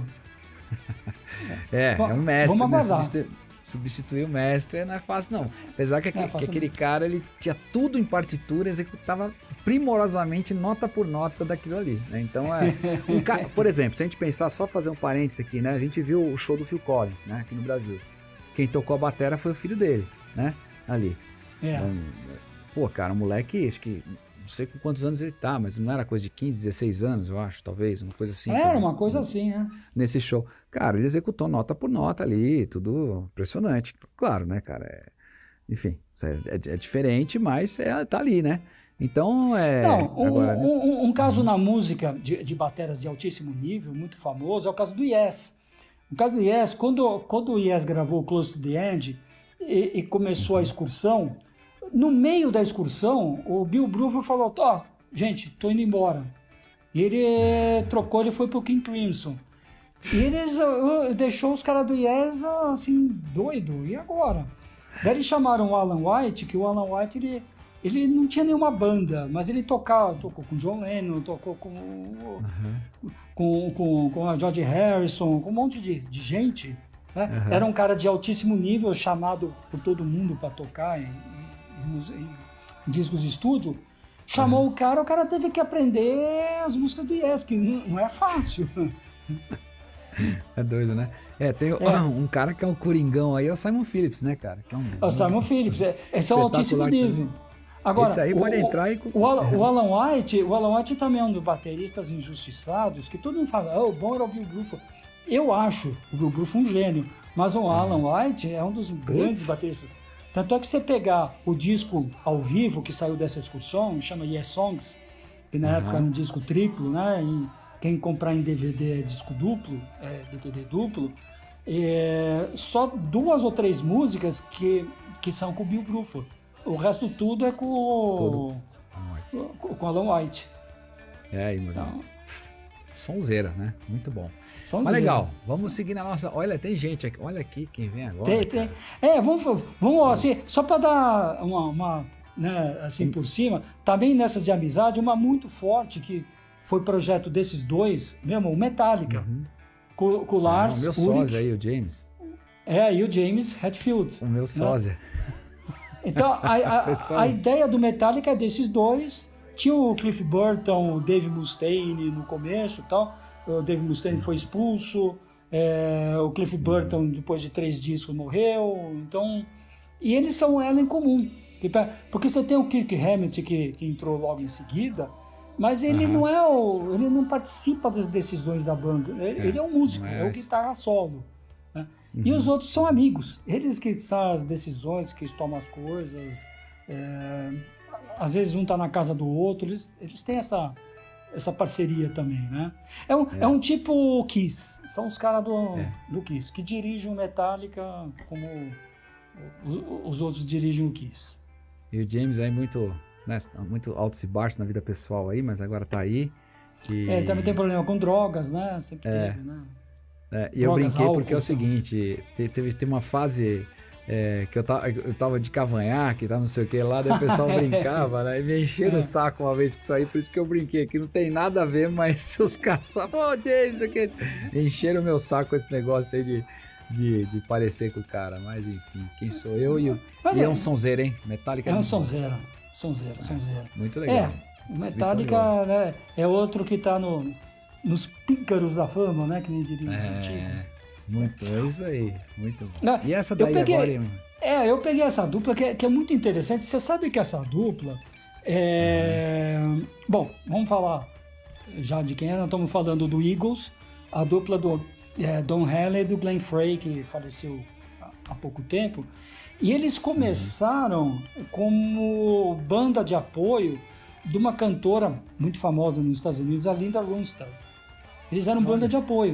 É, Bom, é um mestre. Vamos aguardar. Né? Substitu substituir o mestre não é fácil, não. Apesar que, é, que aquele não. cara ele tinha tudo em partitura, executava primorosamente, nota por nota daquilo ali. Né? Então, é, um ca... por exemplo, se a gente pensar, só fazer um parênteses aqui, né? A gente viu o show do Phil Collins, né? Aqui no Brasil. Quem tocou a batera foi o filho dele, né? Ali. É. Então, pô, cara, um moleque, acho que, não sei com quantos anos ele tá, mas não era coisa de quinze, dezesseis anos, eu acho, talvez, uma coisa assim. Era também, uma coisa assim, né? Nesse show. Cara, ele executou nota por nota ali, tudo impressionante. Claro, né, cara? É, enfim, é, é, é diferente, mas é, tá ali, né? Então, é... Não, um, agora, né? um, um caso uhum. na música de, de bateras de altíssimo nível, muito famoso, é o caso do Yes. No caso do Yes, quando, quando o Yes gravou Close to the End e, e começou uhum. a excursão, no meio da excursão, o Bill Bruford falou, ó, oh, gente, tô indo embora. E ele trocou, ele foi pro King Crimson. E eles uh, deixou os caras do Yes, assim, doido. E agora? Daí eles chamaram o Alan White, que o Alan White, ele, ele não tinha nenhuma banda, mas ele tocava, tocou com John Lennon, tocou com, uhum. com, com, com a George Harrison, com um monte de, de gente. Né? Uhum. Era um cara de altíssimo nível, chamado por todo mundo para tocar em, em, em discos de estúdio. Chamou uhum. o cara, o cara teve que aprender as músicas do Yes, que não, não é fácil. É doido, né? É, tem é. um cara que é um coringão aí, é o Simon Phillips, né, cara? Que é, um, é o Simon um, Phillips, é, esse é um altíssimo nível. Agora, esse aí pode o, entrar e... O, Alan, o Alan White, o Alan White também é um dos bateristas injustiçados, que todo mundo fala, oh, o bom era o Bill Bruford. Eu acho o Bill Bruford um gênio, mas o Alan White é um dos grandes bateristas. Tanto é que você pegar o disco ao vivo que saiu dessa excursão, chama Yes Songs, que na Uhum. época era um disco triplo, né? E quem comprar em D V D é disco duplo, é D V D duplo, é só duas ou três músicas que, que são com o Bill Bruford. O resto tudo é com o, com, com o Alan White. É, aí, meu Então, sonzeira, né? Muito bom. são Mas os legal, vamos seguir na nossa... Olha, tem gente aqui, olha aqui quem vem agora. Tem, tem. cara. É, vamos, vamos assim, só para dar uma, uma né, assim por cima, também nessas de amizade, uma muito forte que foi projeto desses dois, mesmo, o Metallica, Uhum. com, com o Ah, Lars o meu Ulrich, sósia aí, o James. é, e o James Hetfield. O meu sósia. Então, a, a, Pessoal. a ideia do Metallica é desses dois. Tinha o Cliff Burton, o Dave Mustaine no começo e tal. O Dave Mustaine foi expulso. É, o Cliff Burton, depois de três discos, morreu. Então, e eles são ela em comum. Porque você tem o Kirk Hammett, que, que entrou logo em seguida, mas ele Aham. não é o, ele não participa das decisões da banda. Ele é, ele é um músico, é o mas- guitarra solo. Né? Uhum. E os outros são amigos. Eles que são as decisões, que tomam as coisas. É, às vezes um está na casa do outro. Eles, eles têm essa, essa parceria também, né? É um, é. É. um tipo Kiss. São os caras do, É. do Kiss, que dirigem o Metallica como os, os outros dirigem o Kiss. E o James aí muito, né, muito altos e baixos na vida pessoal aí, mas agora tá aí. Que... É, ele também tem problema com drogas, né? Sempre É. teve, né? É, e eu Drogas, brinquei álcool, porque é o então. seguinte, te- teve, teve uma fase é, que eu tava, eu tava de cavanhaque, tá, não sei o que lá, daí o pessoal brincava, né? E me encheram É. o saco uma vez com isso aí, por isso que eu brinquei aqui, não tem nada a ver, mas os caras só, pô, James, aqui. Encheram o meu saco com esse negócio aí de, de, de parecer com o cara, mas enfim, quem sou eu e, o, Mas e é é- um sonzeiro, hein? Metallica É um muito bom. sonzeiro, sonzeiro, sonzeiro. Muito legal. É, o Metallica, né, é outro que tá no, nos píncaros da fama, né? Que nem diriam os É. antigos. Muito, é isso aí, muito bom. Não, E essa eu daí peguei- agora, hein? É, eu peguei essa dupla que é, que é muito interessante. Você sabe que essa dupla é... Bom, vamos falar já de quem é. Nós estamos falando do Eagles, a dupla do é, Don Henley e do Glenn Frey, que faleceu há, há pouco tempo. E eles começaram como banda de apoio de uma cantora muito famosa nos Estados Unidos, a Linda Ronstadt. Eles eram banda de apoio.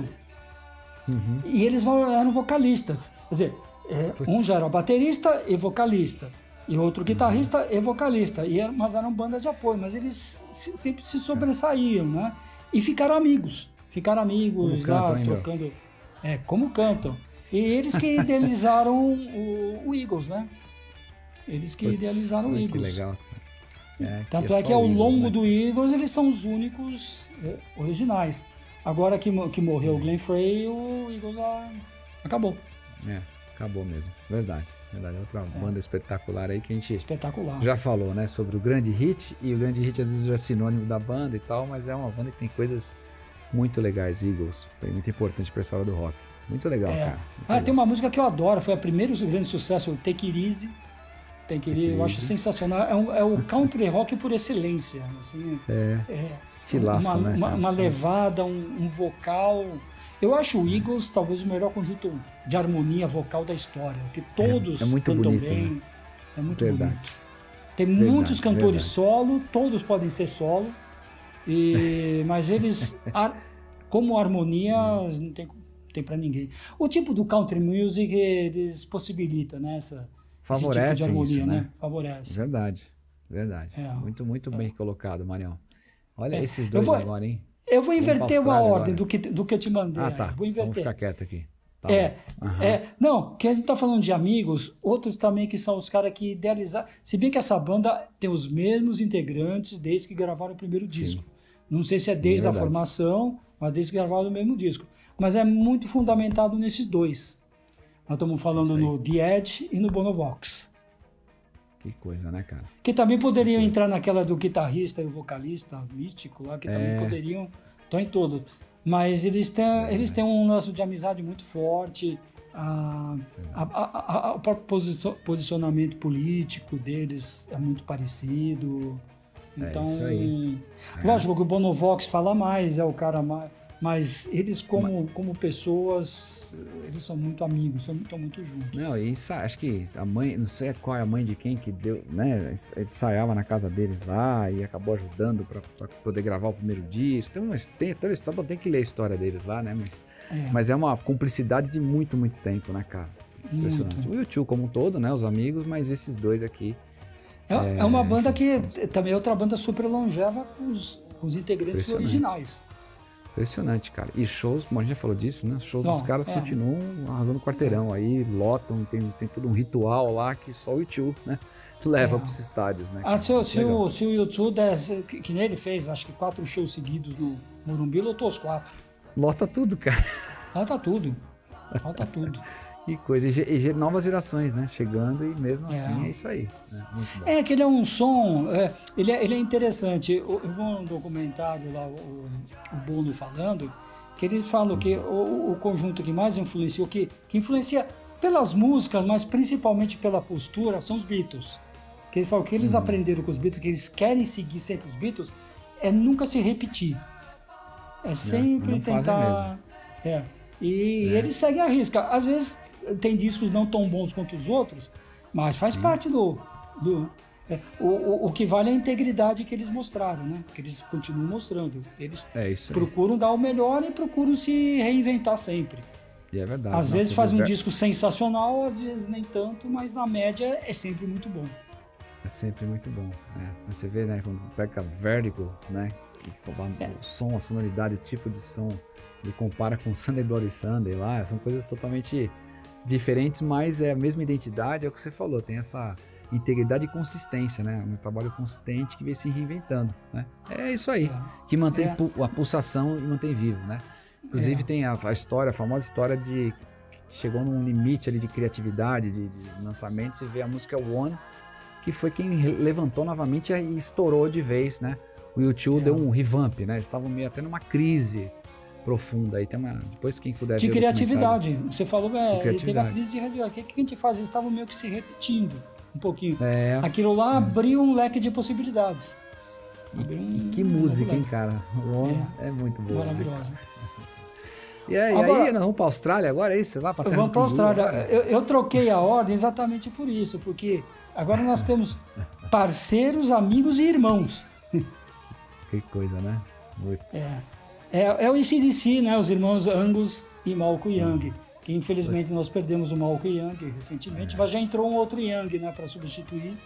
Uhum. E eles vo- eram vocalistas. Quer dizer, é, um já era baterista e vocalista. E outro guitarrista e vocalista. E era- mas eram bandas de apoio. Mas eles se- sempre se sobressaíam, né? E ficaram amigos. Ficaram amigos Como lá, cantam, hein, meu? trocando... É, como cantam. E eles que idealizaram o, o Eagles, né? Eles que Putz, idealizaram o olha Eagles. Que legal. É, Tanto que é só que ao o Eagles, longo né? do Eagles eles são os únicos é, originais. Agora que, mo- que morreu o Glenn Frey, o Eagles ah, acabou. É, acabou mesmo. Verdade. Verdade. Outra banda espetacular aí que a gente Espetacular. já falou, né? Sobre o grande hit. E o grande hit às vezes já é sinônimo da banda e tal, mas é uma banda que tem coisas muito legais. Eagles. Foi muito importante para a história do rock. Muito legal, É. cara. Muito Ah, legal. tem uma música que eu adoro, foi a primeiro grande sucesso, o Take It Easy. Take It Easy, eu acho sensacional. É, um- é o country rock por excelência. Assim, É, é, estilaço, uma, né? uma, cara? uma levada, um, um vocal. Eu acho o Eagles talvez o melhor conjunto de harmonia vocal da história, que todos é muito cantam bonito, bem. né? É muito Verdade. bonito. Tem Verdade, muitos cantores verdade. solo, todos podem ser solo, e, mas eles, ar- como harmonia, não tem, tem para ninguém. O tipo do country music, eles possibilita, né, essa, esse tipo de Favorece harmonia, isso, né? né? Favorece. Verdade. Verdade. É. Muito, muito bem colocado, Marião. Olha É. esses Eu dois vou- agora, hein? Eu vou Vamos pra inverter a Austrália ordem agora. do que, do que eu te mandei. Ah, aí. tá. Vou Vamos inverter. ficar quieto aqui. Tá É, bom. Aham. é, não, que a gente tá falando de amigos, outros também que são os caras que idealizaram. Se bem que essa banda tem os mesmos integrantes desde que gravaram o primeiro disco. Não sei se é desde a verdade. formação, mas desde que gravaram o mesmo disco. Mas é muito fundamentado nesses dois. Nós estamos falando Isso aí. no The Edge e no Bonovox. Que coisa, né, cara? Que também poderiam entrar naquela do guitarrista e o vocalista místico lá, que também É. poderiam. Estão em todas. Mas eles têm, eles têm um laço de amizade muito forte. A, a, a- a- o próprio posicio- posicionamento político deles é muito parecido. É Então, isso aí. lógico que o Bonovox fala mais, é o cara mais. mas eles como, como pessoas, eles são muito amigos, são, estão muito juntos. Não, e isso, acho que a mãe, não sei qual é a mãe de quem que deu, né? Ele ensaiava na casa deles lá e acabou ajudando pra, pra poder gravar o primeiro disco. Tem uma tem, toda a história, tem que ler a história deles lá, né? Mas é, mas é uma cumplicidade de muito, muito tempo, né, cara? Impressionante. Muito. O U dois como um todo, né? Os amigos, mas esses dois aqui. É, é, é uma banda que são... também é outra banda super longeva com os, com os integrantes originais. Impressionante, cara. E shows, como a gente já falou disso, né? Shows Não, dos caras é. continuam arrasando o quarteirão aí, lotam, tem, tem todo um ritual lá que só o U dois, né? Leva é. pros estádios, né? Ah, se, o, se, o, se o U dois desse, que, que nem ele fez, acho que quatro shows seguidos no Morumbi, lotou os quatro. Lota tudo, cara. Lota tudo. Lota tudo. Que coisa. E, e novas gerações, né? Chegando e mesmo assim é, é isso aí. Né? Muito bom. É que ele é um som, é, ele, é, ele é interessante. Eu, eu vou num documentário lá, o, o Bono falando, que eles falam que o, o conjunto que mais influencia, que, que influencia pelas músicas, mas principalmente pela postura, são os Beatles. Que eles falam que eles hum. aprenderam com os Beatles, que eles querem seguir sempre os Beatles, é nunca se repetir. É sempre não, não tentar... É. E é. eles seguem a risca. Às vezes tem discos não tão bons quanto os outros, mas faz Sim. parte do... do é, o, o, o que vale é a integridade que eles mostraram, né? Que eles continuam mostrando. Eles é isso procuram dar o melhor e procuram se reinventar sempre. E é verdade. Às Nossa, vezes faz um ver... disco sensacional, às vezes nem tanto, mas na média é sempre muito bom. É sempre muito bom. É. Você vê, né? Quando pega Vertigo, né? É. O som, a sonoridade, o tipo de som, ele compara com Sunday Bloody Sunday lá, são coisas totalmente diferentes, mas é a mesma identidade, é o que você falou, tem essa integridade e consistência, né? Um trabalho consistente que vem se reinventando, né? É isso aí, é. que mantém é. a pulsação e mantém vivo, né? Inclusive é. tem a, a história, a famosa história de que chegou num limite ali de criatividade, de, de lançamento, você vê a música One, que foi quem levantou novamente e estourou de vez, né? O U dois é. deu um revamp, né? Eles estavam meio até numa crise profunda. Aí tem uma... Depois quem puder de ver criatividade. Você falou, é, ele teve a crise de criatividade. O que, que a gente fazia? Eles estavam meio que se repetindo um pouquinho. É. Aquilo lá é. abriu um leque de possibilidades. Abriu um, que música, um hein, cara? O é. é muito boa. Maravilhosa. Né? E aí, agora, aí, nós vamos para a Austrália agora, é isso? Lá pra vamos para a Austrália. Eu, eu troquei a ordem exatamente por isso, porque agora nós temos parceiros, amigos e irmãos. Que coisa, né? Muito. É. É, é o A C D C, né? Os irmãos Angus e Malcolm Young. Que infelizmente nós perdemos o Malcolm Young recentemente, é. mas já entrou um outro Young, né? Para substituir.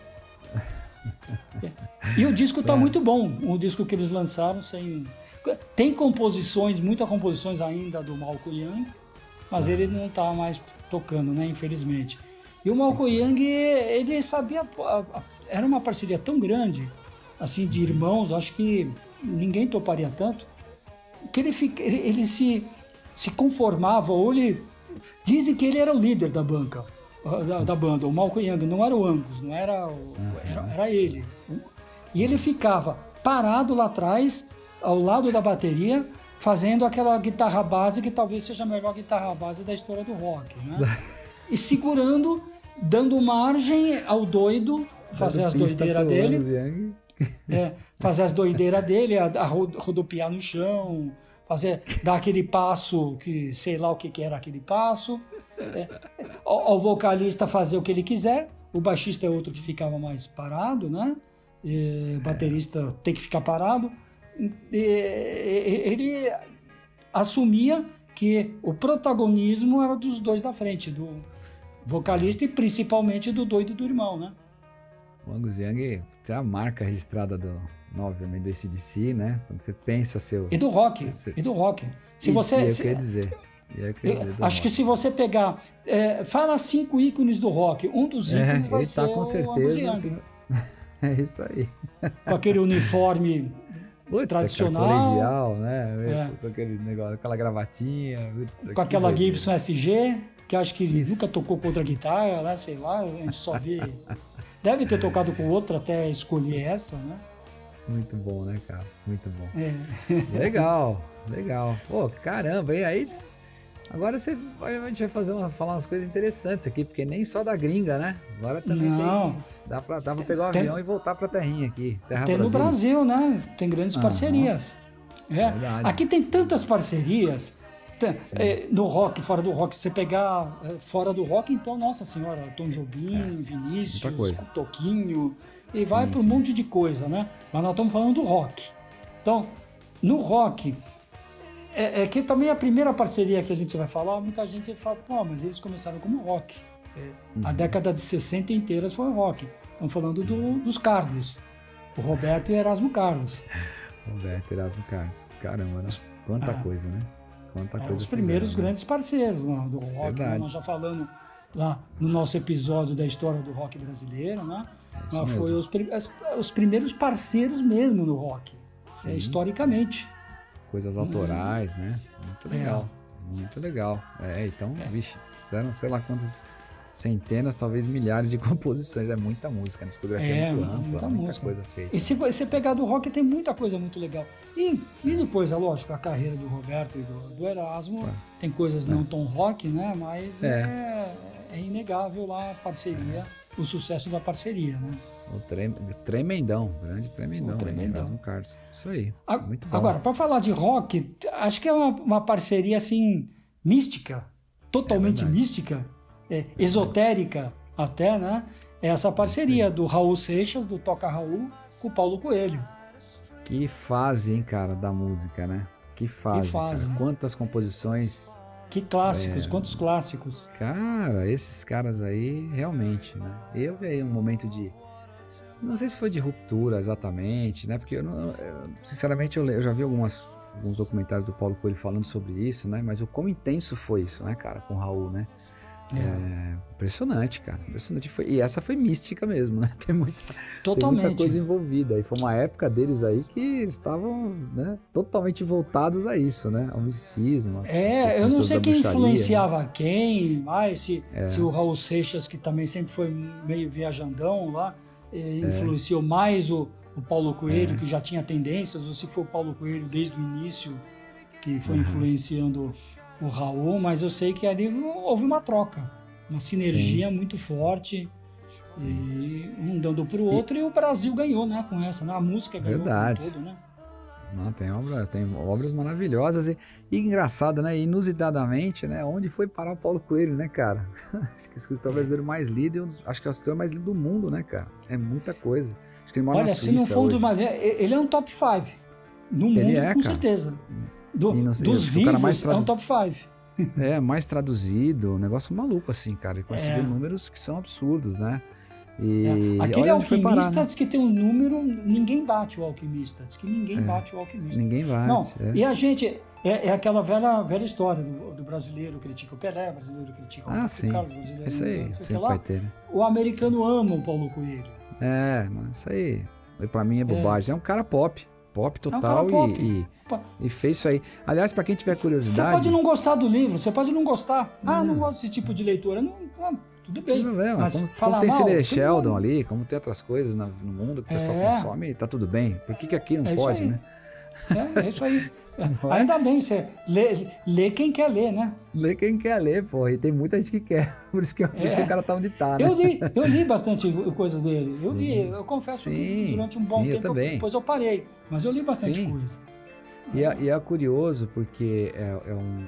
É. E o disco tá é. muito bom. O disco que eles lançaram sem... Tem composições, muitas composições ainda do Malcolm Young, mas é. ele não tá mais tocando, né? Infelizmente. E o Malcolm Young, ele sabia... Era uma parceria tão grande, assim, de irmãos, acho que ninguém toparia tanto, que ele, fica, ele, ele se, se conformava, ou ele... Dizem que ele era o líder da banca, da, da banda, o Malcolm Young, não era o Angus, não era, o, era, era ele. E ele ficava parado lá atrás, ao lado da bateria, fazendo aquela guitarra base, que talvez seja a melhor guitarra base da história do rock, né? E segurando, dando margem ao doido, fazer as doideiras dele. É, fazer as doideiras dele, a, a rodopiar no chão, fazer, dar aquele passo que sei lá o que, que era aquele passo. É, ao, ao vocalista fazer o que ele quiser, o baixista é outro que ficava mais parado, né? E, o baterista tem que ficar parado. E, ele assumia que o protagonismo era dos dois da frente, do vocalista e principalmente do doido do irmão, né? O Angus Young é a marca registrada do, obviamente, do A C D C, né? Quando você pensa seu... E do rock, você... e do rock. Se e, você, e eu se... queria dizer. Eu queria dizer acho rock. Que se você pegar... É, fala cinco ícones do rock, um dos ícones é, vai ser tá, com o certeza, Angus Young. Assim... É isso aí. Com aquele uniforme Puta, tradicional. Colegial, né? É. Com aquele negócio, aquela gravatinha. Puta, com aquela Gibson S G, que acho que ele nunca tocou com outra guitarra, né? Sei lá, a gente só vê... Deve ter tocado com outra até escolher essa, né? Muito bom, né, cara? Muito bom. É. Legal, legal. Pô, caramba, e aí... Agora você vai, a gente vai fazer uma, falar umas coisas interessantes aqui, porque nem só da gringa, né? Agora também Não. tem... Dá pra, dá pra pegar o tem, avião e voltar pra terrinha aqui. Terra tem Brasil. no Brasil, né? Tem grandes ah, parcerias. É. Verdade. Aqui tem tantas parcerias. Tem, é, no rock, fora do rock, se você pegar é, fora do rock, então, nossa senhora, Tom Jobim, muita Vinícius, coisa. Toquinho, e vai Sim, para um sim. monte de coisa, né? Mas nós estamos falando do rock. Então, no rock, é, é que também a primeira parceria que a gente vai falar, muita gente fala, pô, mas eles começaram como rock. É, Uhum. A década de sessenta inteira foi rock. Estamos falando do, dos Carlos, o Roberto e Erasmo Carlos. Roberto Erasmo Carlos. Caramba, né? Quanta Ah. coisa, né? Quanta É, coisa os primeiros fizeram, né? grandes parceiros, né, do rock. Verdade. Né? Nós já falamos lá no nosso episódio da história do rock brasileiro, né? isso Mas foi mesmo. os, pri- as- os primeiros parceiros mesmo no rock, Sim. é, historicamente. Coisas autorais, né? Muito É. legal. Muito legal. É, então, vixe, fizeram sei lá quantas centenas, talvez milhares de composições. É muita música, a discografia É, é muito muita ampla, muita, música. coisa feita. E se você pegar do rock, tem muita coisa muito legal. E, e depois, é lógico, a carreira do Roberto e do, do Erasmo, É. tem coisas não tão rock, né? Mas É. é, é inegável lá a parceria, o sucesso da parceria, né? O trem, tremendão, grande tremendão. O tremendão. Erasmo Carlos. Isso aí. A- Muito bom. Agora, para falar de rock, acho que é uma, uma parceria assim mística, totalmente É verdade. mística, é, esotérica até, né? É essa parceria do Raul Seixas, do Toca Raul, com o Paulo Coelho. Que fase, hein, cara, da música, né? Que fase. fase. Cara. Quantas composições. Que clássicos, É. quantos clássicos. Cara, esses caras aí, realmente, né? Eu vi aí um momento de. Não sei se foi de ruptura exatamente, né? Porque eu, não, eu, sinceramente, eu, le- eu já vi algumas, alguns documentários do Paulo Coelho falando sobre isso, né? Mas o quão intenso foi isso, né, cara, com o Raul, né? É, impressionante, cara. Impressionante. Foi, e essa foi mística mesmo, né? Tem muita, tem Totalmente. muita coisa envolvida. E foi uma época deles aí que eles estavam, né, totalmente voltados a isso, né? Ao misticismo. às- às É, eu não questões sei da quem bruxaria, influenciava quem, mais se, É. se o Raul Seixas, que também sempre foi meio viajandão lá, É. eh, influenciou mais o, o Paulo Coelho, que já tinha tendências, ou se foi o Paulo Coelho desde o início que foi Uhum. influenciando o Raul, mas eu sei que ali houve uma troca, uma sinergia muito forte, e um dando para o outro, e... o Brasil ganhou, né, com essa, né? A música ganhou Verdade. com tudo, né? Não, tem, obra, tem obras maravilhosas e, e engraçado, né? Inusitadamente, né? Onde foi parar o Paulo Coelho, né, cara? Acho que o escritor brasileiro mais lido e um dos, acho que é o escritor mais lido do mundo, né, cara? É muita coisa. Acho que ele mora Olha, na se não Suíça for um hoje. dos mais. é- Ele é um top cinco. No Ele mundo, é, com cara. certeza. Do- E não sei, dos o cara vivos, mais é um tradu- top cinco. É, mais traduzido, um negócio maluco, assim, cara. Ele conseguiu É. números que são absurdos, né? E É. Aquele olha onde foi parar, alquimista né? diz que tem um número, ninguém bate o alquimista. Diz que ninguém bate o alquimista. Ninguém bate. Não, é. e a gente. É, é aquela velha, velha história do, do brasileiro critica o Pelé, o brasileiro critica o Ah, Roberto sim. Carlos, o brasileiro Isso não aí, sei o que sempre lá. vai ter, né? O americano ama o Paulo Coelho. É, mas isso aí, pra mim é bobagem. É, um cara pop, pop total cara pop. E, Pá. e, e fez isso aí. Aliás, pra quem tiver Você curiosidade... pode não gostar do livro, você pode não gostar. Ah, Hum. não gosto desse tipo de leitura. Não, não, tudo bem. Não, é, mas como, falar como tem mal, Sidney tudo Sheldon bom. ali, como tem outras coisas na- no mundo que o pessoal É. consome, tá tudo bem. Por que, que aqui não É isso pode, aí. né? É, é isso aí. Não é? Ainda bem, você lê, lê quem quer ler, né? Lê quem quer ler, porra. E tem muita gente que quer. Por isso que, por isso que É. o cara tá onde tá, né? Eu li, eu li bastante coisas dele. Eu li, eu confesso que Sim, durante um bom sim, eu tempo, também. depois eu parei. Mas eu li bastante Sim. coisa. E é, e é curioso porque é, é um...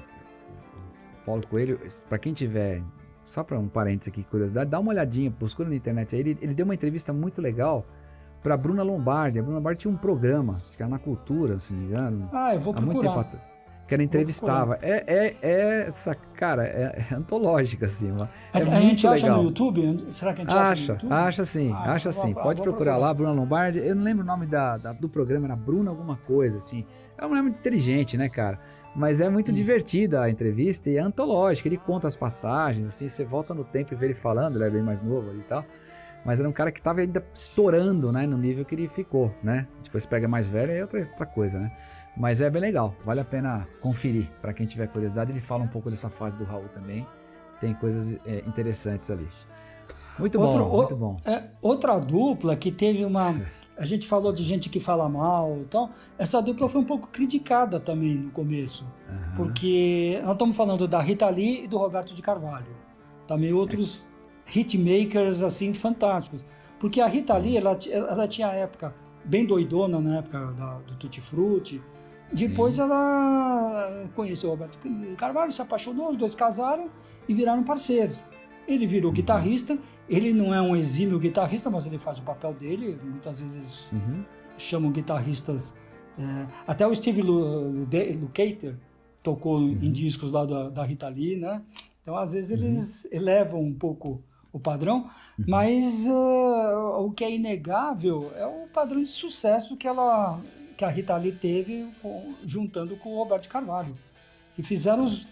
o Paulo Coelho, pra quem tiver... Só pra um parênteses aqui, curiosidade, dá uma olhadinha, procura na internet aí. Ele, ele deu uma entrevista muito legal pra Bruna Lombardi. A Bruna Lombardi tinha um programa, acho que era na Cultura, se não me engano. Ah, eu vou Há muito tempo procurar. atrás. Que ela entrevistava. É, é, é essa, cara, é, é antológica, assim. Uma, A, é a muito gente acha legal. no YouTube? Será que a gente acha no Acha, YouTube? acha sim, Ah, acha vou- sim. vou- Pode vou procurar procurar. lá, Bruna Lombardi. Eu não lembro o nome da, da- do programa, era Bruna alguma coisa, assim. É uma mulher muito inteligente, né, cara? Mas é muito Hum. divertida a entrevista e é antológica. Ele conta as passagens, assim, você volta no tempo e vê ele falando, ele é bem mais novo ali e tal. Mas era um cara que tava ainda estourando, né, no nível que ele ficou, né? Depois pega mais velho, aí é outra, outra coisa, né? Mas é bem legal, vale a pena conferir. Pra quem tiver curiosidade, ele fala um pouco dessa fase do Raul também. Tem coisas é, interessantes ali. Muito Outro- bom, o- muito bom. É, outra dupla que teve uma... A gente falou de gente que fala mal e tal. Essa dupla foi um pouco criticada também no começo. Aham. Porque nós estamos falando da Rita Lee e do Roberto de Carvalho. Também outros hitmakers assim fantásticos. Porque a Rita Lee, ela, ti- ela tinha a época bem doidona, na época da, do Tutti Frutti. Depois Sim. ela conheceu o Roberto Carvalho, se apaixonou, os dois casaram e viraram parceiros. Ele virou Uhum. guitarrista, ele não é um exímio guitarrista, mas ele faz o papel dele, muitas vezes Uhum. chamam guitarristas, é, até o Steve Lu- Lu- Lukather tocou Uhum. em discos lá da, da Rita Lee, né? Então às vezes eles elevam um pouco o padrão, Uhum. mas uh, o que é inegável é o padrão de sucesso que ela, que a Rita Lee teve com- juntando com o Roberto Carvalho, que fizeram os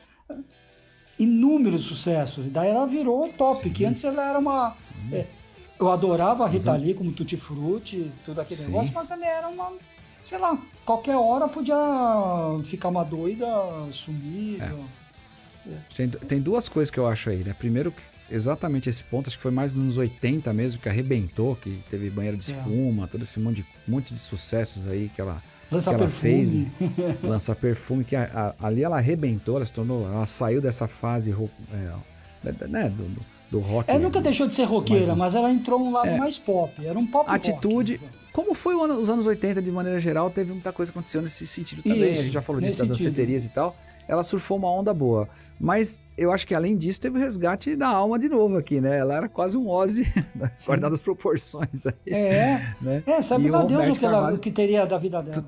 inúmeros sucessos. E daí ela virou top, Sim. que antes ela era uma... é, eu adorava a Rita Mas, Lee como Tutti Frutti, tudo aquele Sim. negócio, mas ela era uma... Sei lá, qualquer hora podia ficar uma doida, sumir. É. Tem, tem duas coisas que eu acho aí, né? Primeiro, exatamente esse ponto, acho que foi mais nos anos oitenta mesmo, que arrebentou, que teve Banheiro de É. Espuma, todo esse monte de, monte de sucessos aí que ela, Lança que ela fez, perfume. né? Lança perfume, que a- a- ali ela arrebentou, ela se tornou, ela saiu dessa fase ro- é, né, do, do, do rock. Ela nunca deixou de ser roqueira, Mas- mas ela entrou um lado É. mais pop. Era um pop Atitude. rock. Como foi o ano- os anos oitenta de maneira geral, teve muita coisa acontecendo nesse sentido também. Isso, a gente já falou disso nesse das sentido. danceterias e tal. Ela surfou uma onda boa. Mas eu acho que além disso, teve o resgate da alma de novo aqui, né? Ela era quase um Ozzy, guardado as proporções aí. É, Né? é, sabe E lá o Deus o Roberto que, ela, Carvalho- o que teria da vida dela.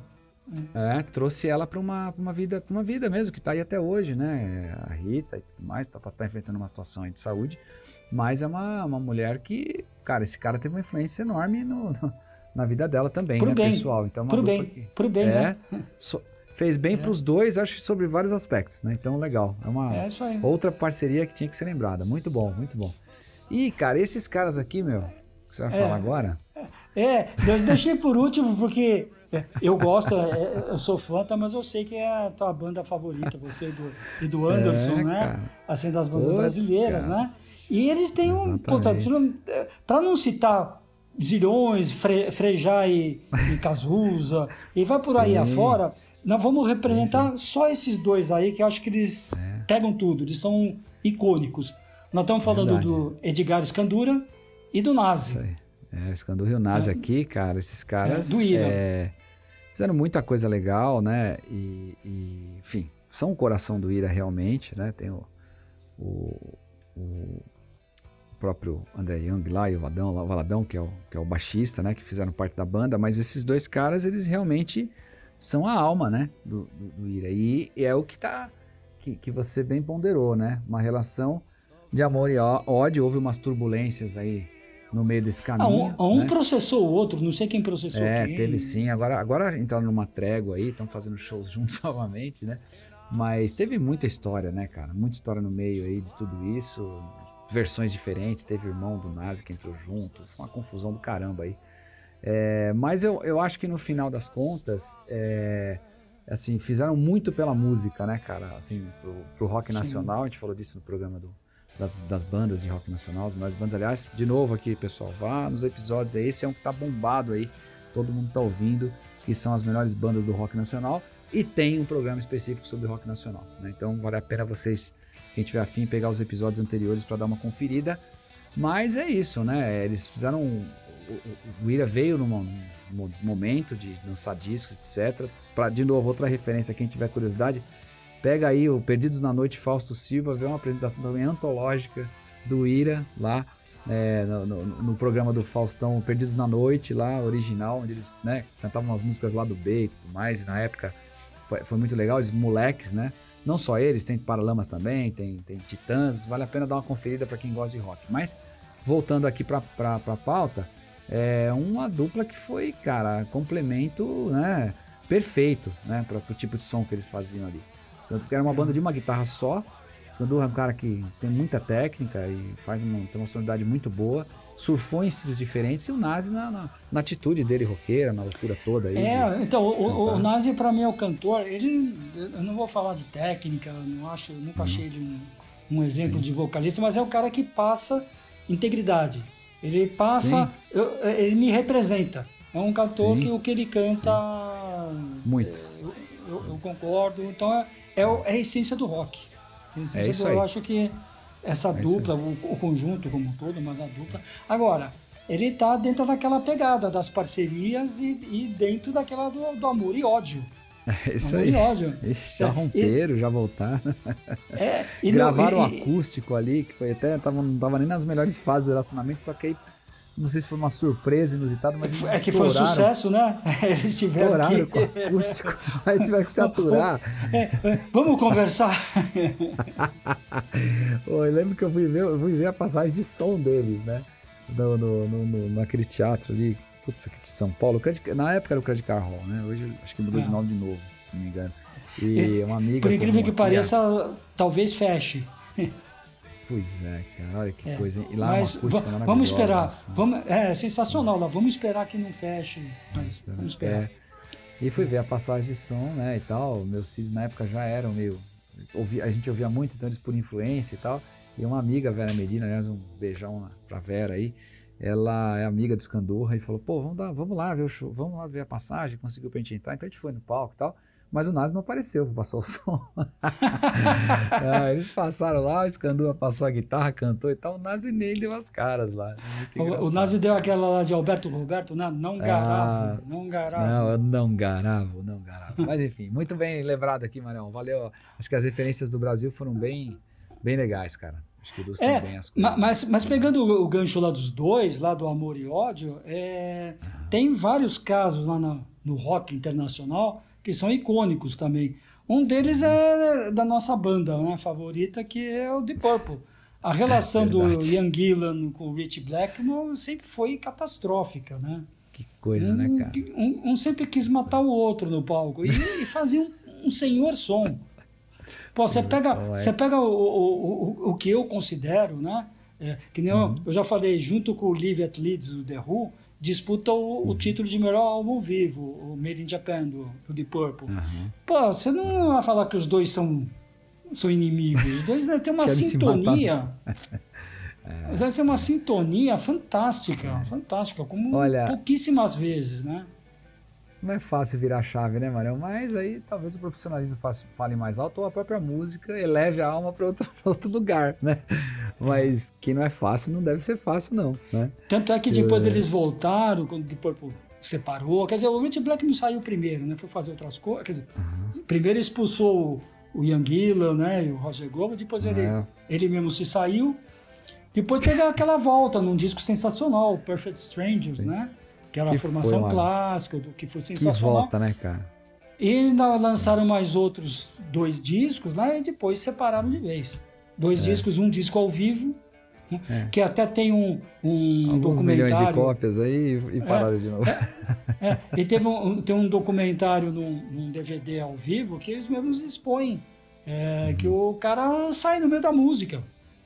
É, trouxe ela para uma, pra uma vida, pra uma vida mesmo, que tá aí até hoje, né? A Rita e tudo mais, tá, tá enfrentando uma situação aí de saúde, mas é uma, uma mulher que, cara, esse cara teve uma influência enorme no, no- na vida dela também, Pro né, bem, pessoal? Então, é uma pro dupla bem, que- pro bem, é, né? so- fez bem É. pros dois, acho que sobre vários aspectos, né? Então, legal. É uma É isso aí. outra parceria que tinha que ser lembrada. Muito bom, muito bom. E, cara, esses caras aqui, meu, que você vai É. falar agora? É, eu deixei por último porque é, eu gosto, é, eu sou fã, tá, mas eu sei que é a tua banda favorita, você e do, e do Anderson, É, né? cara. Assim, das bandas Putz, brasileiras, cara. né? E eles têm um. Exatamente. Para não citar Zilhões, Fre, Frejá e, e Cazuza, e vai por aí Sim. afora, nós vamos representar só esses dois aí, que eu acho que eles É. pegam tudo, eles são icônicos. Nós estamos falando Verdade. do Edgar Scandura e do Nazi. Isso aí. É, o Escandor Rio Nazi É. aqui, cara, esses caras É, do Ira. é, fizeram muita coisa legal, né? E, e, enfim, são o coração do Ira realmente, né? Tem o, o, o próprio André Young lá e o Valadão, lá, o Valadão, que é o, que é o baixista, né? Que fizeram parte da banda, mas esses dois caras, eles realmente são a alma, né? Do, do, do Ira. E, e é o que tá, que, que você bem ponderou, né? Uma relação de amor e ó- ódio, houve umas turbulências aí no meio desse Ah, caminho. um, um né? processou o outro, não sei quem processou É, quem. teve sim. Agora, agora entraram numa trégua aí, estão fazendo shows juntos novamente, né? Mas teve muita história, né, cara? Muita história no meio aí de tudo isso. Versões diferentes. Teve o irmão do Nazi que entrou junto. Foi uma confusão do caramba aí. É, mas eu, eu acho que no final das contas, é, assim, fizeram muito pela música, né, cara? Assim, pro, pro rock Sim. nacional. A gente falou disso no programa do, das, das bandas de rock nacional, as melhores bandas. Aliás, de novo aqui, pessoal, vá nos episódios aí. Esse é um que tá bombado aí. Todo mundo tá ouvindo, que são as melhores bandas do rock nacional. E tem um programa específico sobre rock nacional, né? Então vale a pena vocês, quem tiver afim, pegar os episódios anteriores para dar uma conferida. Mas é isso, né? Eles fizeram... O, o, o Ira veio num num momento de lançar discos, etcétera. Pra, de novo, outra referência, quem tiver curiosidade, pega aí o Perdidos na Noite, Fausto Silva, vê uma apresentação também antológica do Ira lá, é, no, no, no programa do Faustão, Perdidos na Noite, lá, original, onde eles, né, cantavam umas músicas lá do B e tudo mais, e na época foi, foi muito legal, eles moleques, né? Não só eles, tem Paralamas também, tem, tem Titãs, vale a pena dar uma conferida para quem gosta de rock. Mas, voltando aqui para a pauta, é uma dupla que foi, cara, complemento, né, perfeito, né, para o tipo de som que eles faziam ali. Tanto que era uma banda de uma guitarra só. Scandurra é um cara que tem muita técnica e faz uma, tem uma sonoridade muito boa. Surfou em estilos diferentes e o Nazi na, na, na atitude dele roqueira, na loucura toda aí. É, de- então, o, o, o cantar. Nazi pra mim é o cantor, ele, eu não vou falar de técnica, eu não acho, eu nunca achei ele um, um exemplo Sim. de vocalista, mas é o cara que passa integridade. Ele passa, eu- ele me representa. É um cantor Sim. que o que ele canta, Muito. eu, eu- eu concordo. Então é, é, o- é a essência do rock. A essência É isso do- aí. Eu acho que essa É isso dupla, o, o conjunto como um todo, mas a dupla. Agora, ele tá dentro daquela pegada das parcerias e, e dentro daquela do, do amor e ódio. É isso Amor aí. e ódio. Ixi, já É, romperam, já voltaram. É, e Gravaram não, um e- acústico ali, que foi até, tava, não tava nem nas melhores fases do relacionamento, só que aí, não sei se foi uma surpresa inusitada, mas eles É que foi um estouraram, sucesso, né? Eles tiveram estouraram que... com o acústico, aí tiveram que se aturar. É, é, vamos conversar. Pô, eu lembro que eu fui ver, eu fui ver a passagem de som deles, né? No, no, no, no- naquele teatro ali, putz, aqui de São Paulo. Credit- Na época era o Credit Card Hall, né? Hoje acho que mudou de É. nome de novo, se não me engano. E uma amiga. Por incrível como que aqui, pareça, talvez feche. Pois é, cara, olha que É, coisa. hein? E lá mas é uma acústica va- maravilhosa, vamos esperar. assim. Vamos, é sensacional lá. Vamos esperar que não feche. Mas vamos esperar. É. E fui ver a passagem de som, né, e tal. Meus filhos na época já eram meio... ouvi- a gente ouvia muito, então eles por influência e tal. E uma amiga, Vera Medina, aliás, um beijão pra Vera aí. Ela é amiga de Escandurra e falou, pô, vamos, dar, vamos lá ver o show, vamos lá ver a passagem, conseguiu pra gente entrar. Então a gente foi no palco e tal. Mas o Nazi não apareceu pra passar o som. Ah, eles passaram lá, o Escandurra passou a guitarra, cantou e tal. O Nazi nem deu as caras lá. Muito O, o engraçado. Nazi deu aquela lá de Alberto Roberto, né? Não garavo, Ah, não garavo. Não, eu não garavo, não garavo. Mas enfim, muito bem lembrado aqui, Marião. Valeu. Acho que as referências do Brasil foram bem, bem legais, cara. Acho que ilustram É, bem as coisas. ma- mas, mas pegando o, o gancho lá dos dois, lá do Amor e Ódio, é, tem vários casos lá na- no rock internacional que são icônicos também. Um deles é da nossa banda, né, favorita, que é o Deep Purple. A relação do Verdade. Ian Gillan com o Rich Blackmore sempre foi catastrófica, né? Que coisa, né, Um, cara? um- um sempre quis matar o outro no palco e, e fazia um, um senhor som. Pô, você pega, som, é. você pega o, o, o, o que eu considero, né? É, que nem eu, eu já falei, junto com o Live at Leeds do The Who, disputa o, o título de melhor álbum vivo, o Made in Japan do, do Deep Purple. Aham. Pô, você não vai falar que os dois são, são inimigos. Os dois devem ter uma Querem se sintonia. Deve ser uma sintonia fantástica, fantástica, como Olha- pouquíssimas vezes, né? Não é fácil virar chave, né, Marião? Mas aí talvez o profissionalismo faça- fale mais alto ou a própria música eleve a alma para outro, pra outro lugar, né? Mas que não é fácil, não deve ser fácil, não, né? Tanto é que depois eles voltaram, quando o Deep Purple separou. Quer dizer, o Rich Blackmore saiu primeiro, né? Foi fazer outras coisas. Quer dizer, primeiro expulsou o, o Ian Gillan, né? E o Roger Glover. Depois ele, É. ele mesmo se saiu. Depois teve aquela volta num disco sensacional, Perfect Strangers, né? Que era Que a formação foi uma- clássica, do que foi Que sensacional. volta, né, cara? E ainda lançaram mais outros dois discos lá e depois separaram de vez. Dois É. discos, um disco ao vivo, né, que até tem um, um Alguns milhões de documentário. cópias aí e pararam de novo. É, e teve um, tem um documentário num, num D V D ao vivo que eles mesmos expõem. É, que o cara sai no meio da música.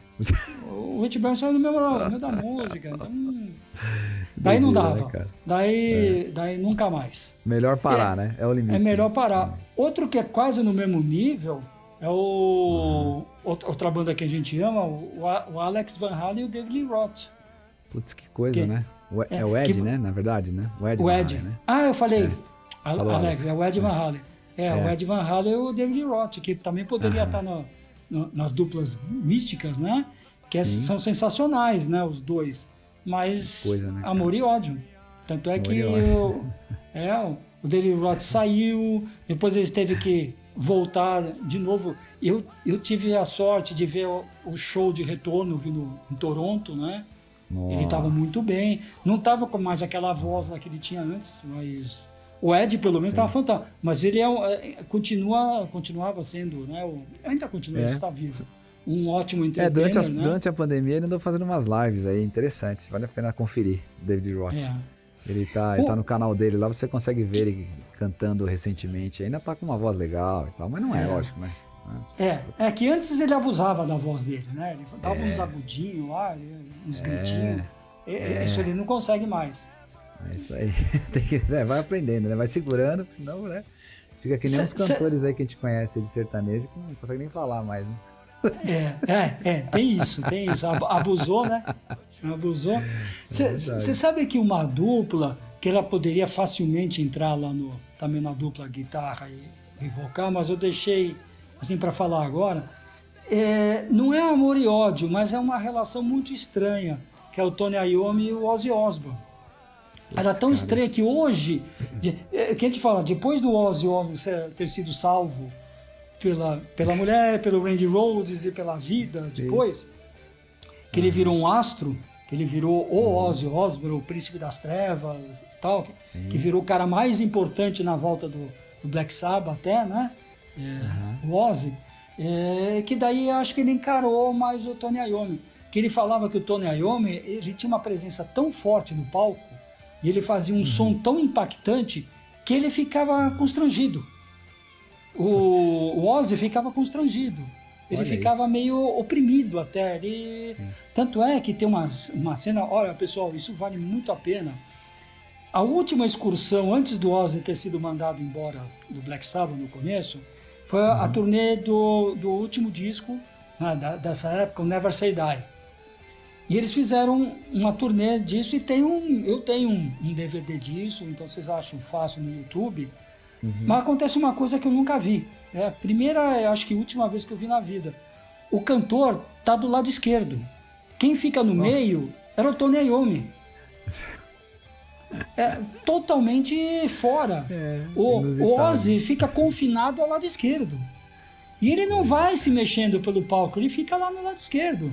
O Rich Brown sai no meio, no meio da música. Então, daí não Doideira, dava. né, cara? daí, daí nunca mais. Melhor parar, né? É o limite. É melhor né? parar. Outro que é quase no mesmo nível é o outra outra banda que a gente ama, o, A- o Alex Van Halen e o David Lee Roth. Putz, que coisa, Que- né? O, é, é, o Ed, que- né? Na verdade, né? O Ed. O Van Ed. Halen, né? Ah, eu falei. A- Falou, Alex, Alex. é o Ed Van Halen. É, o É. Ed Van Halen e o David Lee Roth, que também poderia estar no- no- nas duplas místicas, né? Que é- Sim. são sensacionais, né? Os dois. Mas Que coisa, né, cara? amor e ódio. Tanto é Amor que e ódio. o, é, o David Lee Roth saiu, depois ele teve que voltar de novo. Eu, eu tive a sorte de ver o, o show de retorno vindo em Toronto, né? Ele estava Nossa. muito bem. Não estava com mais aquela voz lá que ele tinha antes, mas o Ed pelo menos estava fantástico. Mas ele é, um- é, continua, continuava sendo, né? o- ainda continua, É. ele está vivo. Um ótimo É, entertainer, durante, as- né? durante a pandemia ele andou fazendo umas lives aí interessantes. Vale a pena conferir, David Roth. É. Ele tá, ele O- tá no canal dele lá, você consegue ver ele cantando recentemente. Ainda tá com uma voz legal e tal, mas não é, É. lógico, né? É, é que antes ele abusava da voz dele, né? Ele dava É. uns agudinhos lá, uns gritinhos. E- e- Isso ele não consegue mais. É isso aí. Tem que, é, vai aprendendo, né? Vai segurando, porque senão, né? Fica que nem Cê- uns cantores aí que a gente conhece de sertanejo que não consegue nem falar mais, né? É, é, é, tem isso, tem isso. Ab- Abusou, né? Abusou. verdade. Você sabe que uma dupla, que ela poderia facilmente entrar lá no, também na dupla guitarra e, e vocal, mas eu deixei assim para falar agora. É, não é amor e ódio, mas é uma relação muito estranha, que é o Tony Iommi e o Ozzy Osbourne. Era tão estranha que hoje, de, é, que a gente fala, depois do Ozzy Osbourne ter sido salvo pela, pela mulher, pelo Randy Rhoads e pela vida depois, Sim. que ele virou um astro, que ele virou o Ozzy Osbourne, o príncipe das trevas, tal, que, que virou o cara mais importante na volta do, do Black Sabbath até, né? É, uhum. O Ozzy. É, que daí acho que ele encarou mais o Tony Iommi. Que ele falava que o Tony Iommi, ele tinha uma presença tão forte no palco, e ele fazia um uhum. som tão impactante, que ele ficava constrangido. O, o Ozzy ficava constrangido. Ele olha ficava isso. meio oprimido até. Ele... Tanto é que tem uma, uma cena... Olha, pessoal, isso vale muito a pena. A última excursão, antes do Ozzy ter sido mandado embora do Black Sabbath no começo, foi uhum. a turnê do, do último disco, né, da, dessa época, o Never Say Die. E eles fizeram uma turnê disso e tem um, eu tenho um, um D V D disso, então vocês acham fácil no YouTube. Uhum. Mas acontece uma coisa que eu nunca vi. É a primeira, acho que última vez que eu vi na vida. O cantor tá do lado esquerdo. Quem fica no oh. meio era o Tony Iommi. É totalmente fora. É, o, o Ozzy fica confinado ao lado esquerdo. E ele não vai se mexendo pelo palco, ele fica lá no lado esquerdo.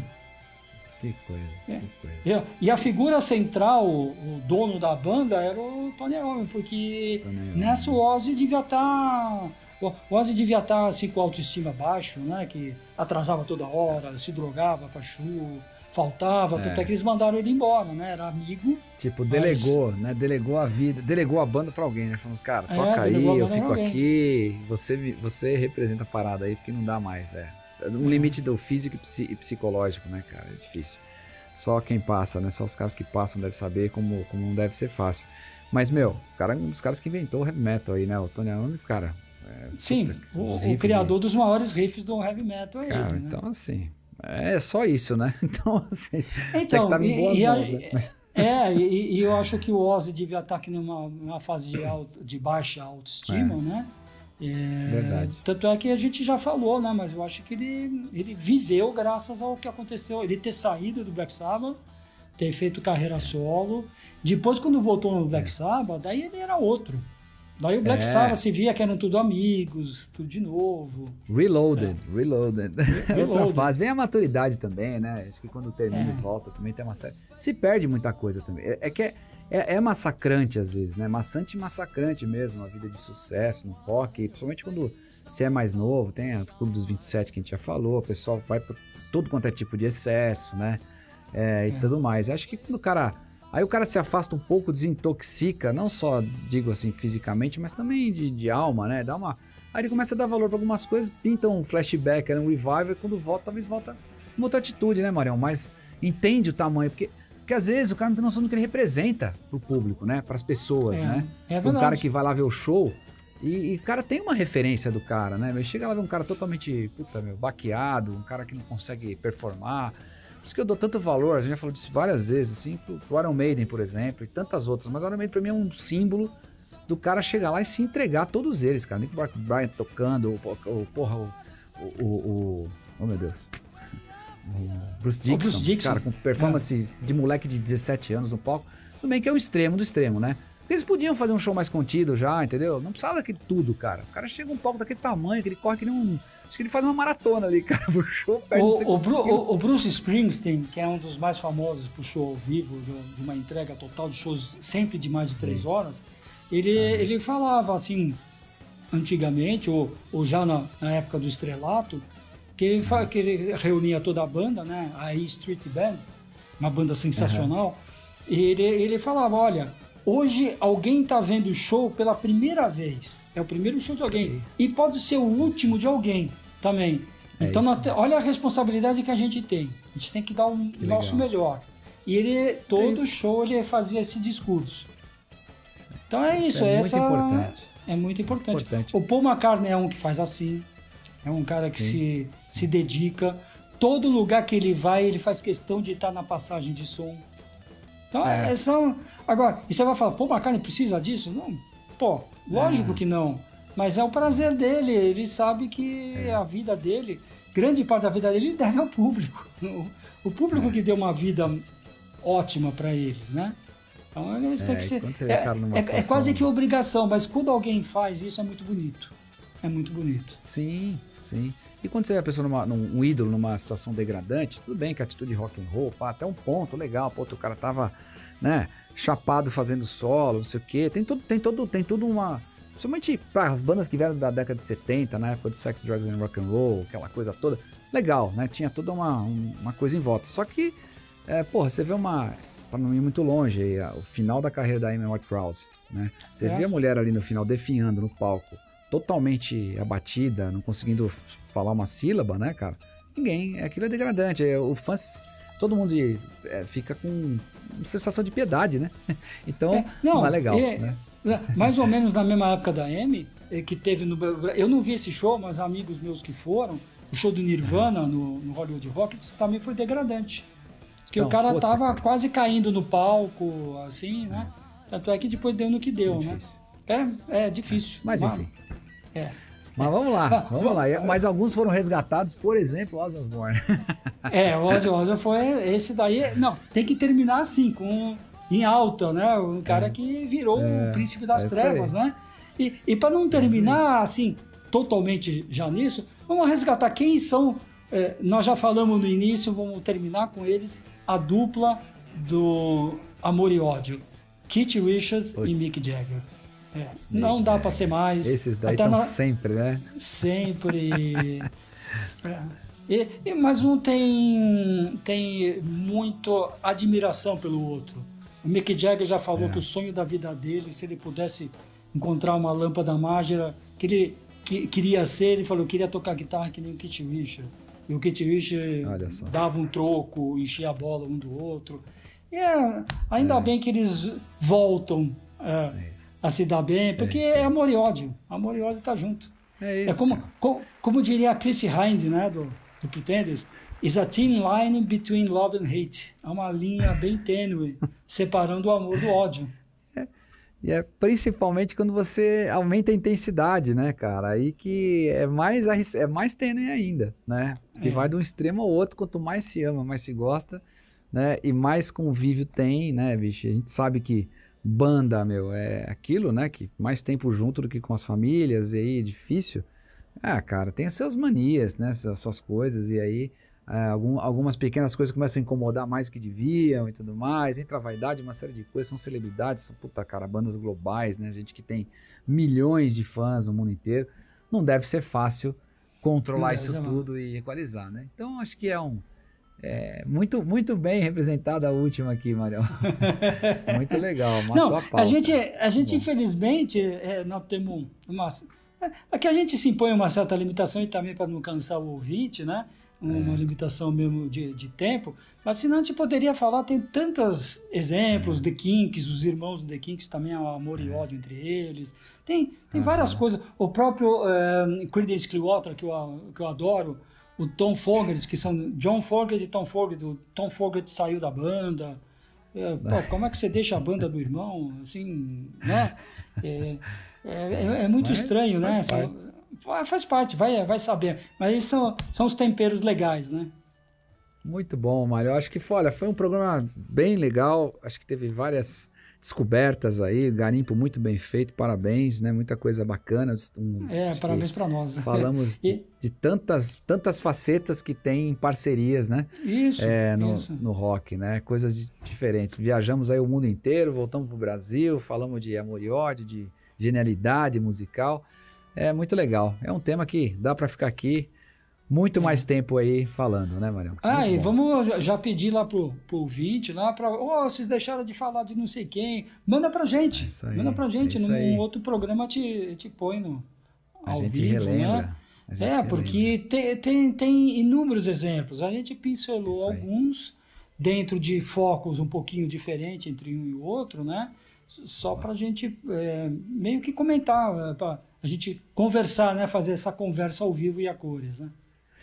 Que coisa, é. que coisa. E a figura central, o dono da banda, era o Tony Iommi, porque Tony nessa o Ozzy devia estar... O Ozzy devia estar assim, com a autoestima baixo, né? Que atrasava toda hora, se drogava pra chuva, faltava, é. tanto é que eles mandaram ele embora, né? Era amigo. Tipo, delegou, mas... né? Delegou a vida, delegou a banda pra alguém, né? Falando, cara, toca é, aí, eu fico aqui, você, você representa a parada aí, porque não dá mais, é. Um limite do físico e psicológico, né, cara? É difícil. Só quem passa, né? Só os caras que passam devem saber como, como não deve ser fácil. Mas, meu, o cara é um dos caras que inventou o heavy metal aí, né? O Tony Iommi, cara... É, Sim, puta, o, o criador dos maiores riffs do heavy metal é cara, ele, né? Então, assim, é só isso, né? Então, assim, então, tem que estar em boas e, mãos, e, né? É, e, e eu acho que o Ozzy devia estar aqui numa, numa fase de, auto, de baixa autoestima, é. né? É, Verdade. Tanto é que a gente já falou, né? Mas eu acho que ele, ele viveu graças ao que aconteceu. Ele ter saído do Black Sabbath, ter feito carreira solo. Depois, quando voltou no Black é. Sabbath, daí ele era outro. Daí o Black é. Sabbath se via que eram tudo amigos, tudo de novo. Reloaded, é. reloaded. reloaded. Outra fase. Vem a maturidade também, né? Acho que quando termina e é. volta também tem uma série. Se perde muita coisa também. É, é que é, é, é massacrante às vezes, né? Maçante e massacrante mesmo, uma vida de sucesso no rock. Principalmente quando você é mais novo, tem o Clube dos vinte e sete que a gente já falou, o pessoal vai por todo quanto é tipo de excesso, né? É, e é. tudo mais. Acho que quando o cara... Aí o cara se afasta um pouco, desintoxica, não só, digo assim, fisicamente, mas também de, de alma, né? Dá uma... Aí ele começa a dar valor para algumas coisas, pinta um flashback, um revival, e quando volta, talvez volta uma outra atitude, né, Marião? Mas entende o tamanho, porque, porque às vezes o cara não tem noção do que ele representa pro público, né? Para as pessoas, é, né? É verdade. Um cara que vai lá ver o show, e, e o cara tem uma referência do cara, né? Mas chega lá ver um cara totalmente, puta, meu, baqueado, um cara que não consegue performar... Por isso que eu dou tanto valor, a gente já falou disso várias vezes, assim, pro, pro Iron Maiden, por exemplo, e tantas outras, mas o Iron Maiden pra mim é um símbolo do cara chegar lá e se entregar a todos eles, cara. Nick Bryant tocando, o, o porra, o, o, o, oh meu Deus, o Bruce Dickinson, o Bruce Dickinson. Cara, com performance é. de moleque de dezessete anos no palco, tudo bem que é o extremo do extremo, né? Porque eles podiam fazer um show mais contido já, entendeu? Não precisava daquele tudo, cara. O cara chega um palco daquele tamanho, que ele corre que nem um... Acho que ele faz uma maratona ali, cara, pro show. O, o, Bru, o, o Bruce Springsteen, que é um dos mais famosos pro show ao vivo, de uma entrega total de shows sempre de mais de três horas, ele, ah. ele falava assim, antigamente, ou, ou já na, na época do estrelato, que ele, ah. que ele reunia toda a banda, né, a E Street Band, uma banda sensacional, ah. e ele, ele falava, olha... Hoje alguém está vendo o show pela primeira vez. É o primeiro show de alguém. Sim. E pode ser o último de alguém também. É então, nós te... olha a responsabilidade que a gente tem. A gente tem que dar o um nosso melhor. E ele, todo é show, ele fazia esse discurso. Então é isso. isso é essa... muito importante. É muito importante. importante. O Paul McCartney é um que faz assim. É um cara que se, se dedica. Todo lugar que ele vai, ele faz questão de estar na passagem de som. Então, é. É, são... Agora, e você vai falar, pô, McCartney precisa disso? Não, pô, lógico é. que não. Mas é o prazer dele, ele sabe que é. a vida dele, grande parte da vida dele, ele deve ao público. O público é. que deu uma vida ótima para eles, né? Então eles têm É, que e ser. quando você vê É, o cara numa é- é situação- quase que obrigação, mas quando alguém faz isso é muito bonito. É muito bonito. Sim, sim. E quando você vê a pessoa, numa, num, um ídolo numa situação degradante, tudo bem que a atitude rock and roll, pá, até um ponto legal, pô, o cara tava, né, chapado fazendo solo, não sei o quê, tem tudo, tem todo, tem tudo uma... Principalmente para as bandas que vieram da década de setenta, na época do Sex, Drugs and Rock and Roll, aquela coisa toda, legal, né, tinha toda uma, um- uma coisa em volta. Só que, é, porra, você vê uma... Pra não ir muito longe, aí, a- o final da carreira da Amy Whitehouse, né? Você É. vê a mulher ali no final definhando no palco, totalmente abatida, não conseguindo falar uma sílaba, né, cara? Ninguém, aquilo é degradante. é, O fã, todo mundo é, fica com sensação de piedade, né? Então, É, não, é legal, é- né? é, mais ou menos na mesma época da Amy, é, que teve no. Eu não vi esse show, mas amigos meus que foram, o show do Nirvana no, no Hollywood Rock disse que também foi degradante. Porque Então, o cara puta, tava cara. quase caindo no palco, assim, né? Tanto é que depois deu no que deu, Muito né? difícil. É, é difícil. Mas Mas- enfim. É. Mas vamos lá, Ah, vamos lá. E- Mas alguns foram resgatados, por exemplo, Ozzy Osbourne. É, o Ozzy Osbourne foi esse daí. Não, tem que terminar assim, com em alta, né? Um cara que virou o príncipe das é isso trevas, aí. né? E, e para não terminar assim, totalmente já nisso, vamos resgatar quem são. é, nós já falamos no início, vamos terminar com eles, a dupla do Amor e Ódio: Keith Richards Oi. e Mick Jagger. É, não dá para ser mais. Esses daí Até estão na- sempre, né? Sempre. É. E, e- mas um tem, tem muito admiração pelo outro. O Mick Jagger já falou que o sonho da vida dele, se ele pudesse encontrar uma lâmpada mágica, que ele que, queria ser, ele falou que queria tocar guitarra que nem o Keith Richards. E o Keith Richards Olha só. dava um troco, enchia a bola um do outro. E é, ainda bem que eles voltam é, a se dar bem, porque é, amor e ódio. Amor e ódio tá junto. É isso. É como, cara. co- como diria a Chrissy Hind, né, do, do Pretenders, is a thin line between love and hate. É uma linha bem tênue, separando o amor do ódio. E é principalmente quando você aumenta a intensidade, né, cara? Aí que é mais, arris- é mais tênue ainda, né? Que É. vai de um extremo ao outro, quanto mais se ama, mais se gosta, né? E mais convívio tem, né, bicho? A gente sabe que banda, meu, é aquilo, né? Que mais tempo junto do que com as famílias, e aí é difícil. Ah, cara, tem as suas manias, né? As suas coisas, e aí ah, algum- algumas pequenas coisas começam a incomodar mais do que deviam e tudo mais. Entra a vaidade, uma série de coisas, são celebridades, são, puta, cara, bandas globais, né? Gente que tem milhões de fãs no mundo inteiro. Não deve ser fácil controlar Não isso deve ser, não. tudo e equalizar, né? Então, acho que é um... é muito, muito bem representada a última aqui, Marião. Muito legal, matou Não, a pauta. a gente, a gente Bom. infelizmente, é, nós temos uma... Aqui a gente se impõe uma certa limitação e também para não cansar o ouvinte, né? Uma limitação mesmo de, de tempo. Mas senão a gente poderia falar, tem tantos exemplos, The Kinks, os irmãos do The Kinks também há amor e ódio entre eles. Tem, tem várias coisas. O próprio eh, Creedence Clearwater, que eu, que eu adoro, o Tom Fogerty, que são John Fogerty e Tom Fogerty. O Tom Fogerty saiu da banda. É, pô, como é que você deixa a banda do irmão? Assim, né? É, é, é- é muito Mas estranho, né? faz parte. São- Fa- Faz parte, vai, vai saber. Mas isso são, são os temperos legais, né? Muito bom, Mário. Eu acho que foi, olha, foi um programa bem legal. Acho que teve várias descobertas aí, garimpo muito bem feito, parabéns, né? Muita coisa bacana. Um- É, acho que parabéns para nós. Falamos de, E- de tantas, tantas facetas que tem em parcerias, né? Isso, É, no, isso. no rock, né? Coisas de- diferentes. Viajamos aí o mundo inteiro, voltamos pro Brasil, falamos de amor e ódio, de genialidade musical. É muito legal. É um tema que dá para ficar aqui muito mais tempo aí falando, né, Marião? Ah, Muito e bom. vamos já- já pedir lá pro, pro ouvinte, lá para, oh, vocês deixaram de falar de não sei quem, manda pra gente, É isso aí, manda pra gente, é isso num aí. outro programa te, te põe no, A ao gente vivo, relembra. né? a gente É, relembra. porque tem, tem, tem inúmeros exemplos, a gente pincelou Isso aí. alguns dentro de focos um pouquinho diferentes entre um e o outro, né? Só pra gente é, meio que comentar, é, pra a gente conversar, né? Fazer essa conversa ao vivo e a cores, né?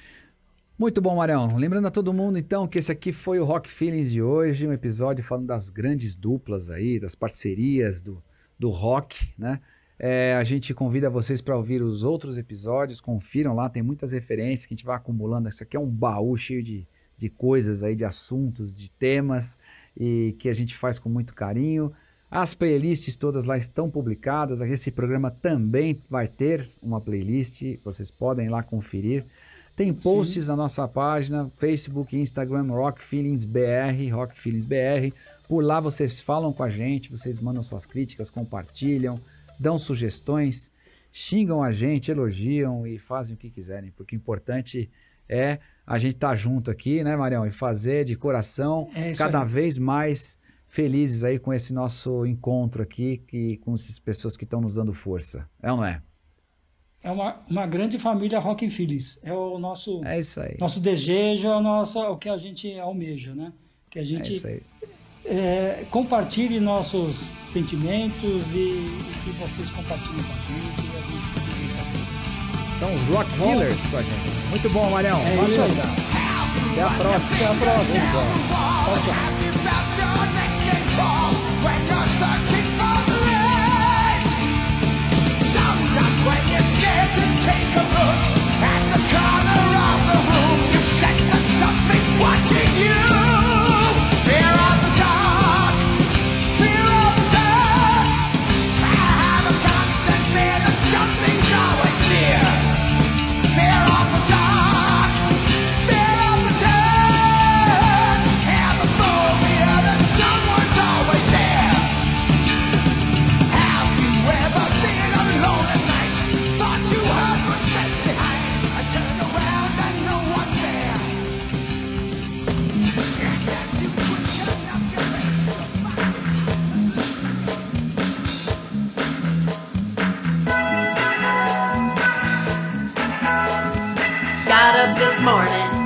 Muito bom, Marião. Lembrando a todo mundo, então, que esse aqui foi o Rock Feelings de hoje, um episódio falando das grandes duplas aí, das parcerias do, do rock, né? É, a gente convida vocês para ouvir os outros episódios, confiram lá, tem muitas referências que a gente vai acumulando. Isso aqui é um baú cheio de, de coisas aí, de assuntos, de temas, e que a gente faz com muito carinho. As playlists todas lá estão publicadas. Esse programa também vai ter uma playlist, vocês podem lá conferir. Tem posts Sim. na nossa página, Facebook, Instagram, Rock Feelings B R, Rock Feelings B R. Por lá vocês falam com a gente, vocês mandam suas críticas, compartilham, dão sugestões, xingam a gente, elogiam e fazem o que quiserem, porque o importante é a gente estar tá junto aqui, né, Marião? E fazer de coração, é cada aí. vez mais felizes aí com esse nosso encontro aqui, que, com essas pessoas que estão nos dando força. É ou não é? É uma, uma grande família Rock Feelings. É o nosso, é isso aí. nosso desejo, é o, nosso, o que a gente almeja, né? Que a gente... É isso aí. É, compartilhe nossos sentimentos e, e que vocês compartilhem com a gente e a gente se divirta. São os Rock Killers com a gente. Muito bom, Marião. É Valeu. Isso aí. Até a próxima. Até a próxima. Tchau, tchau. This morning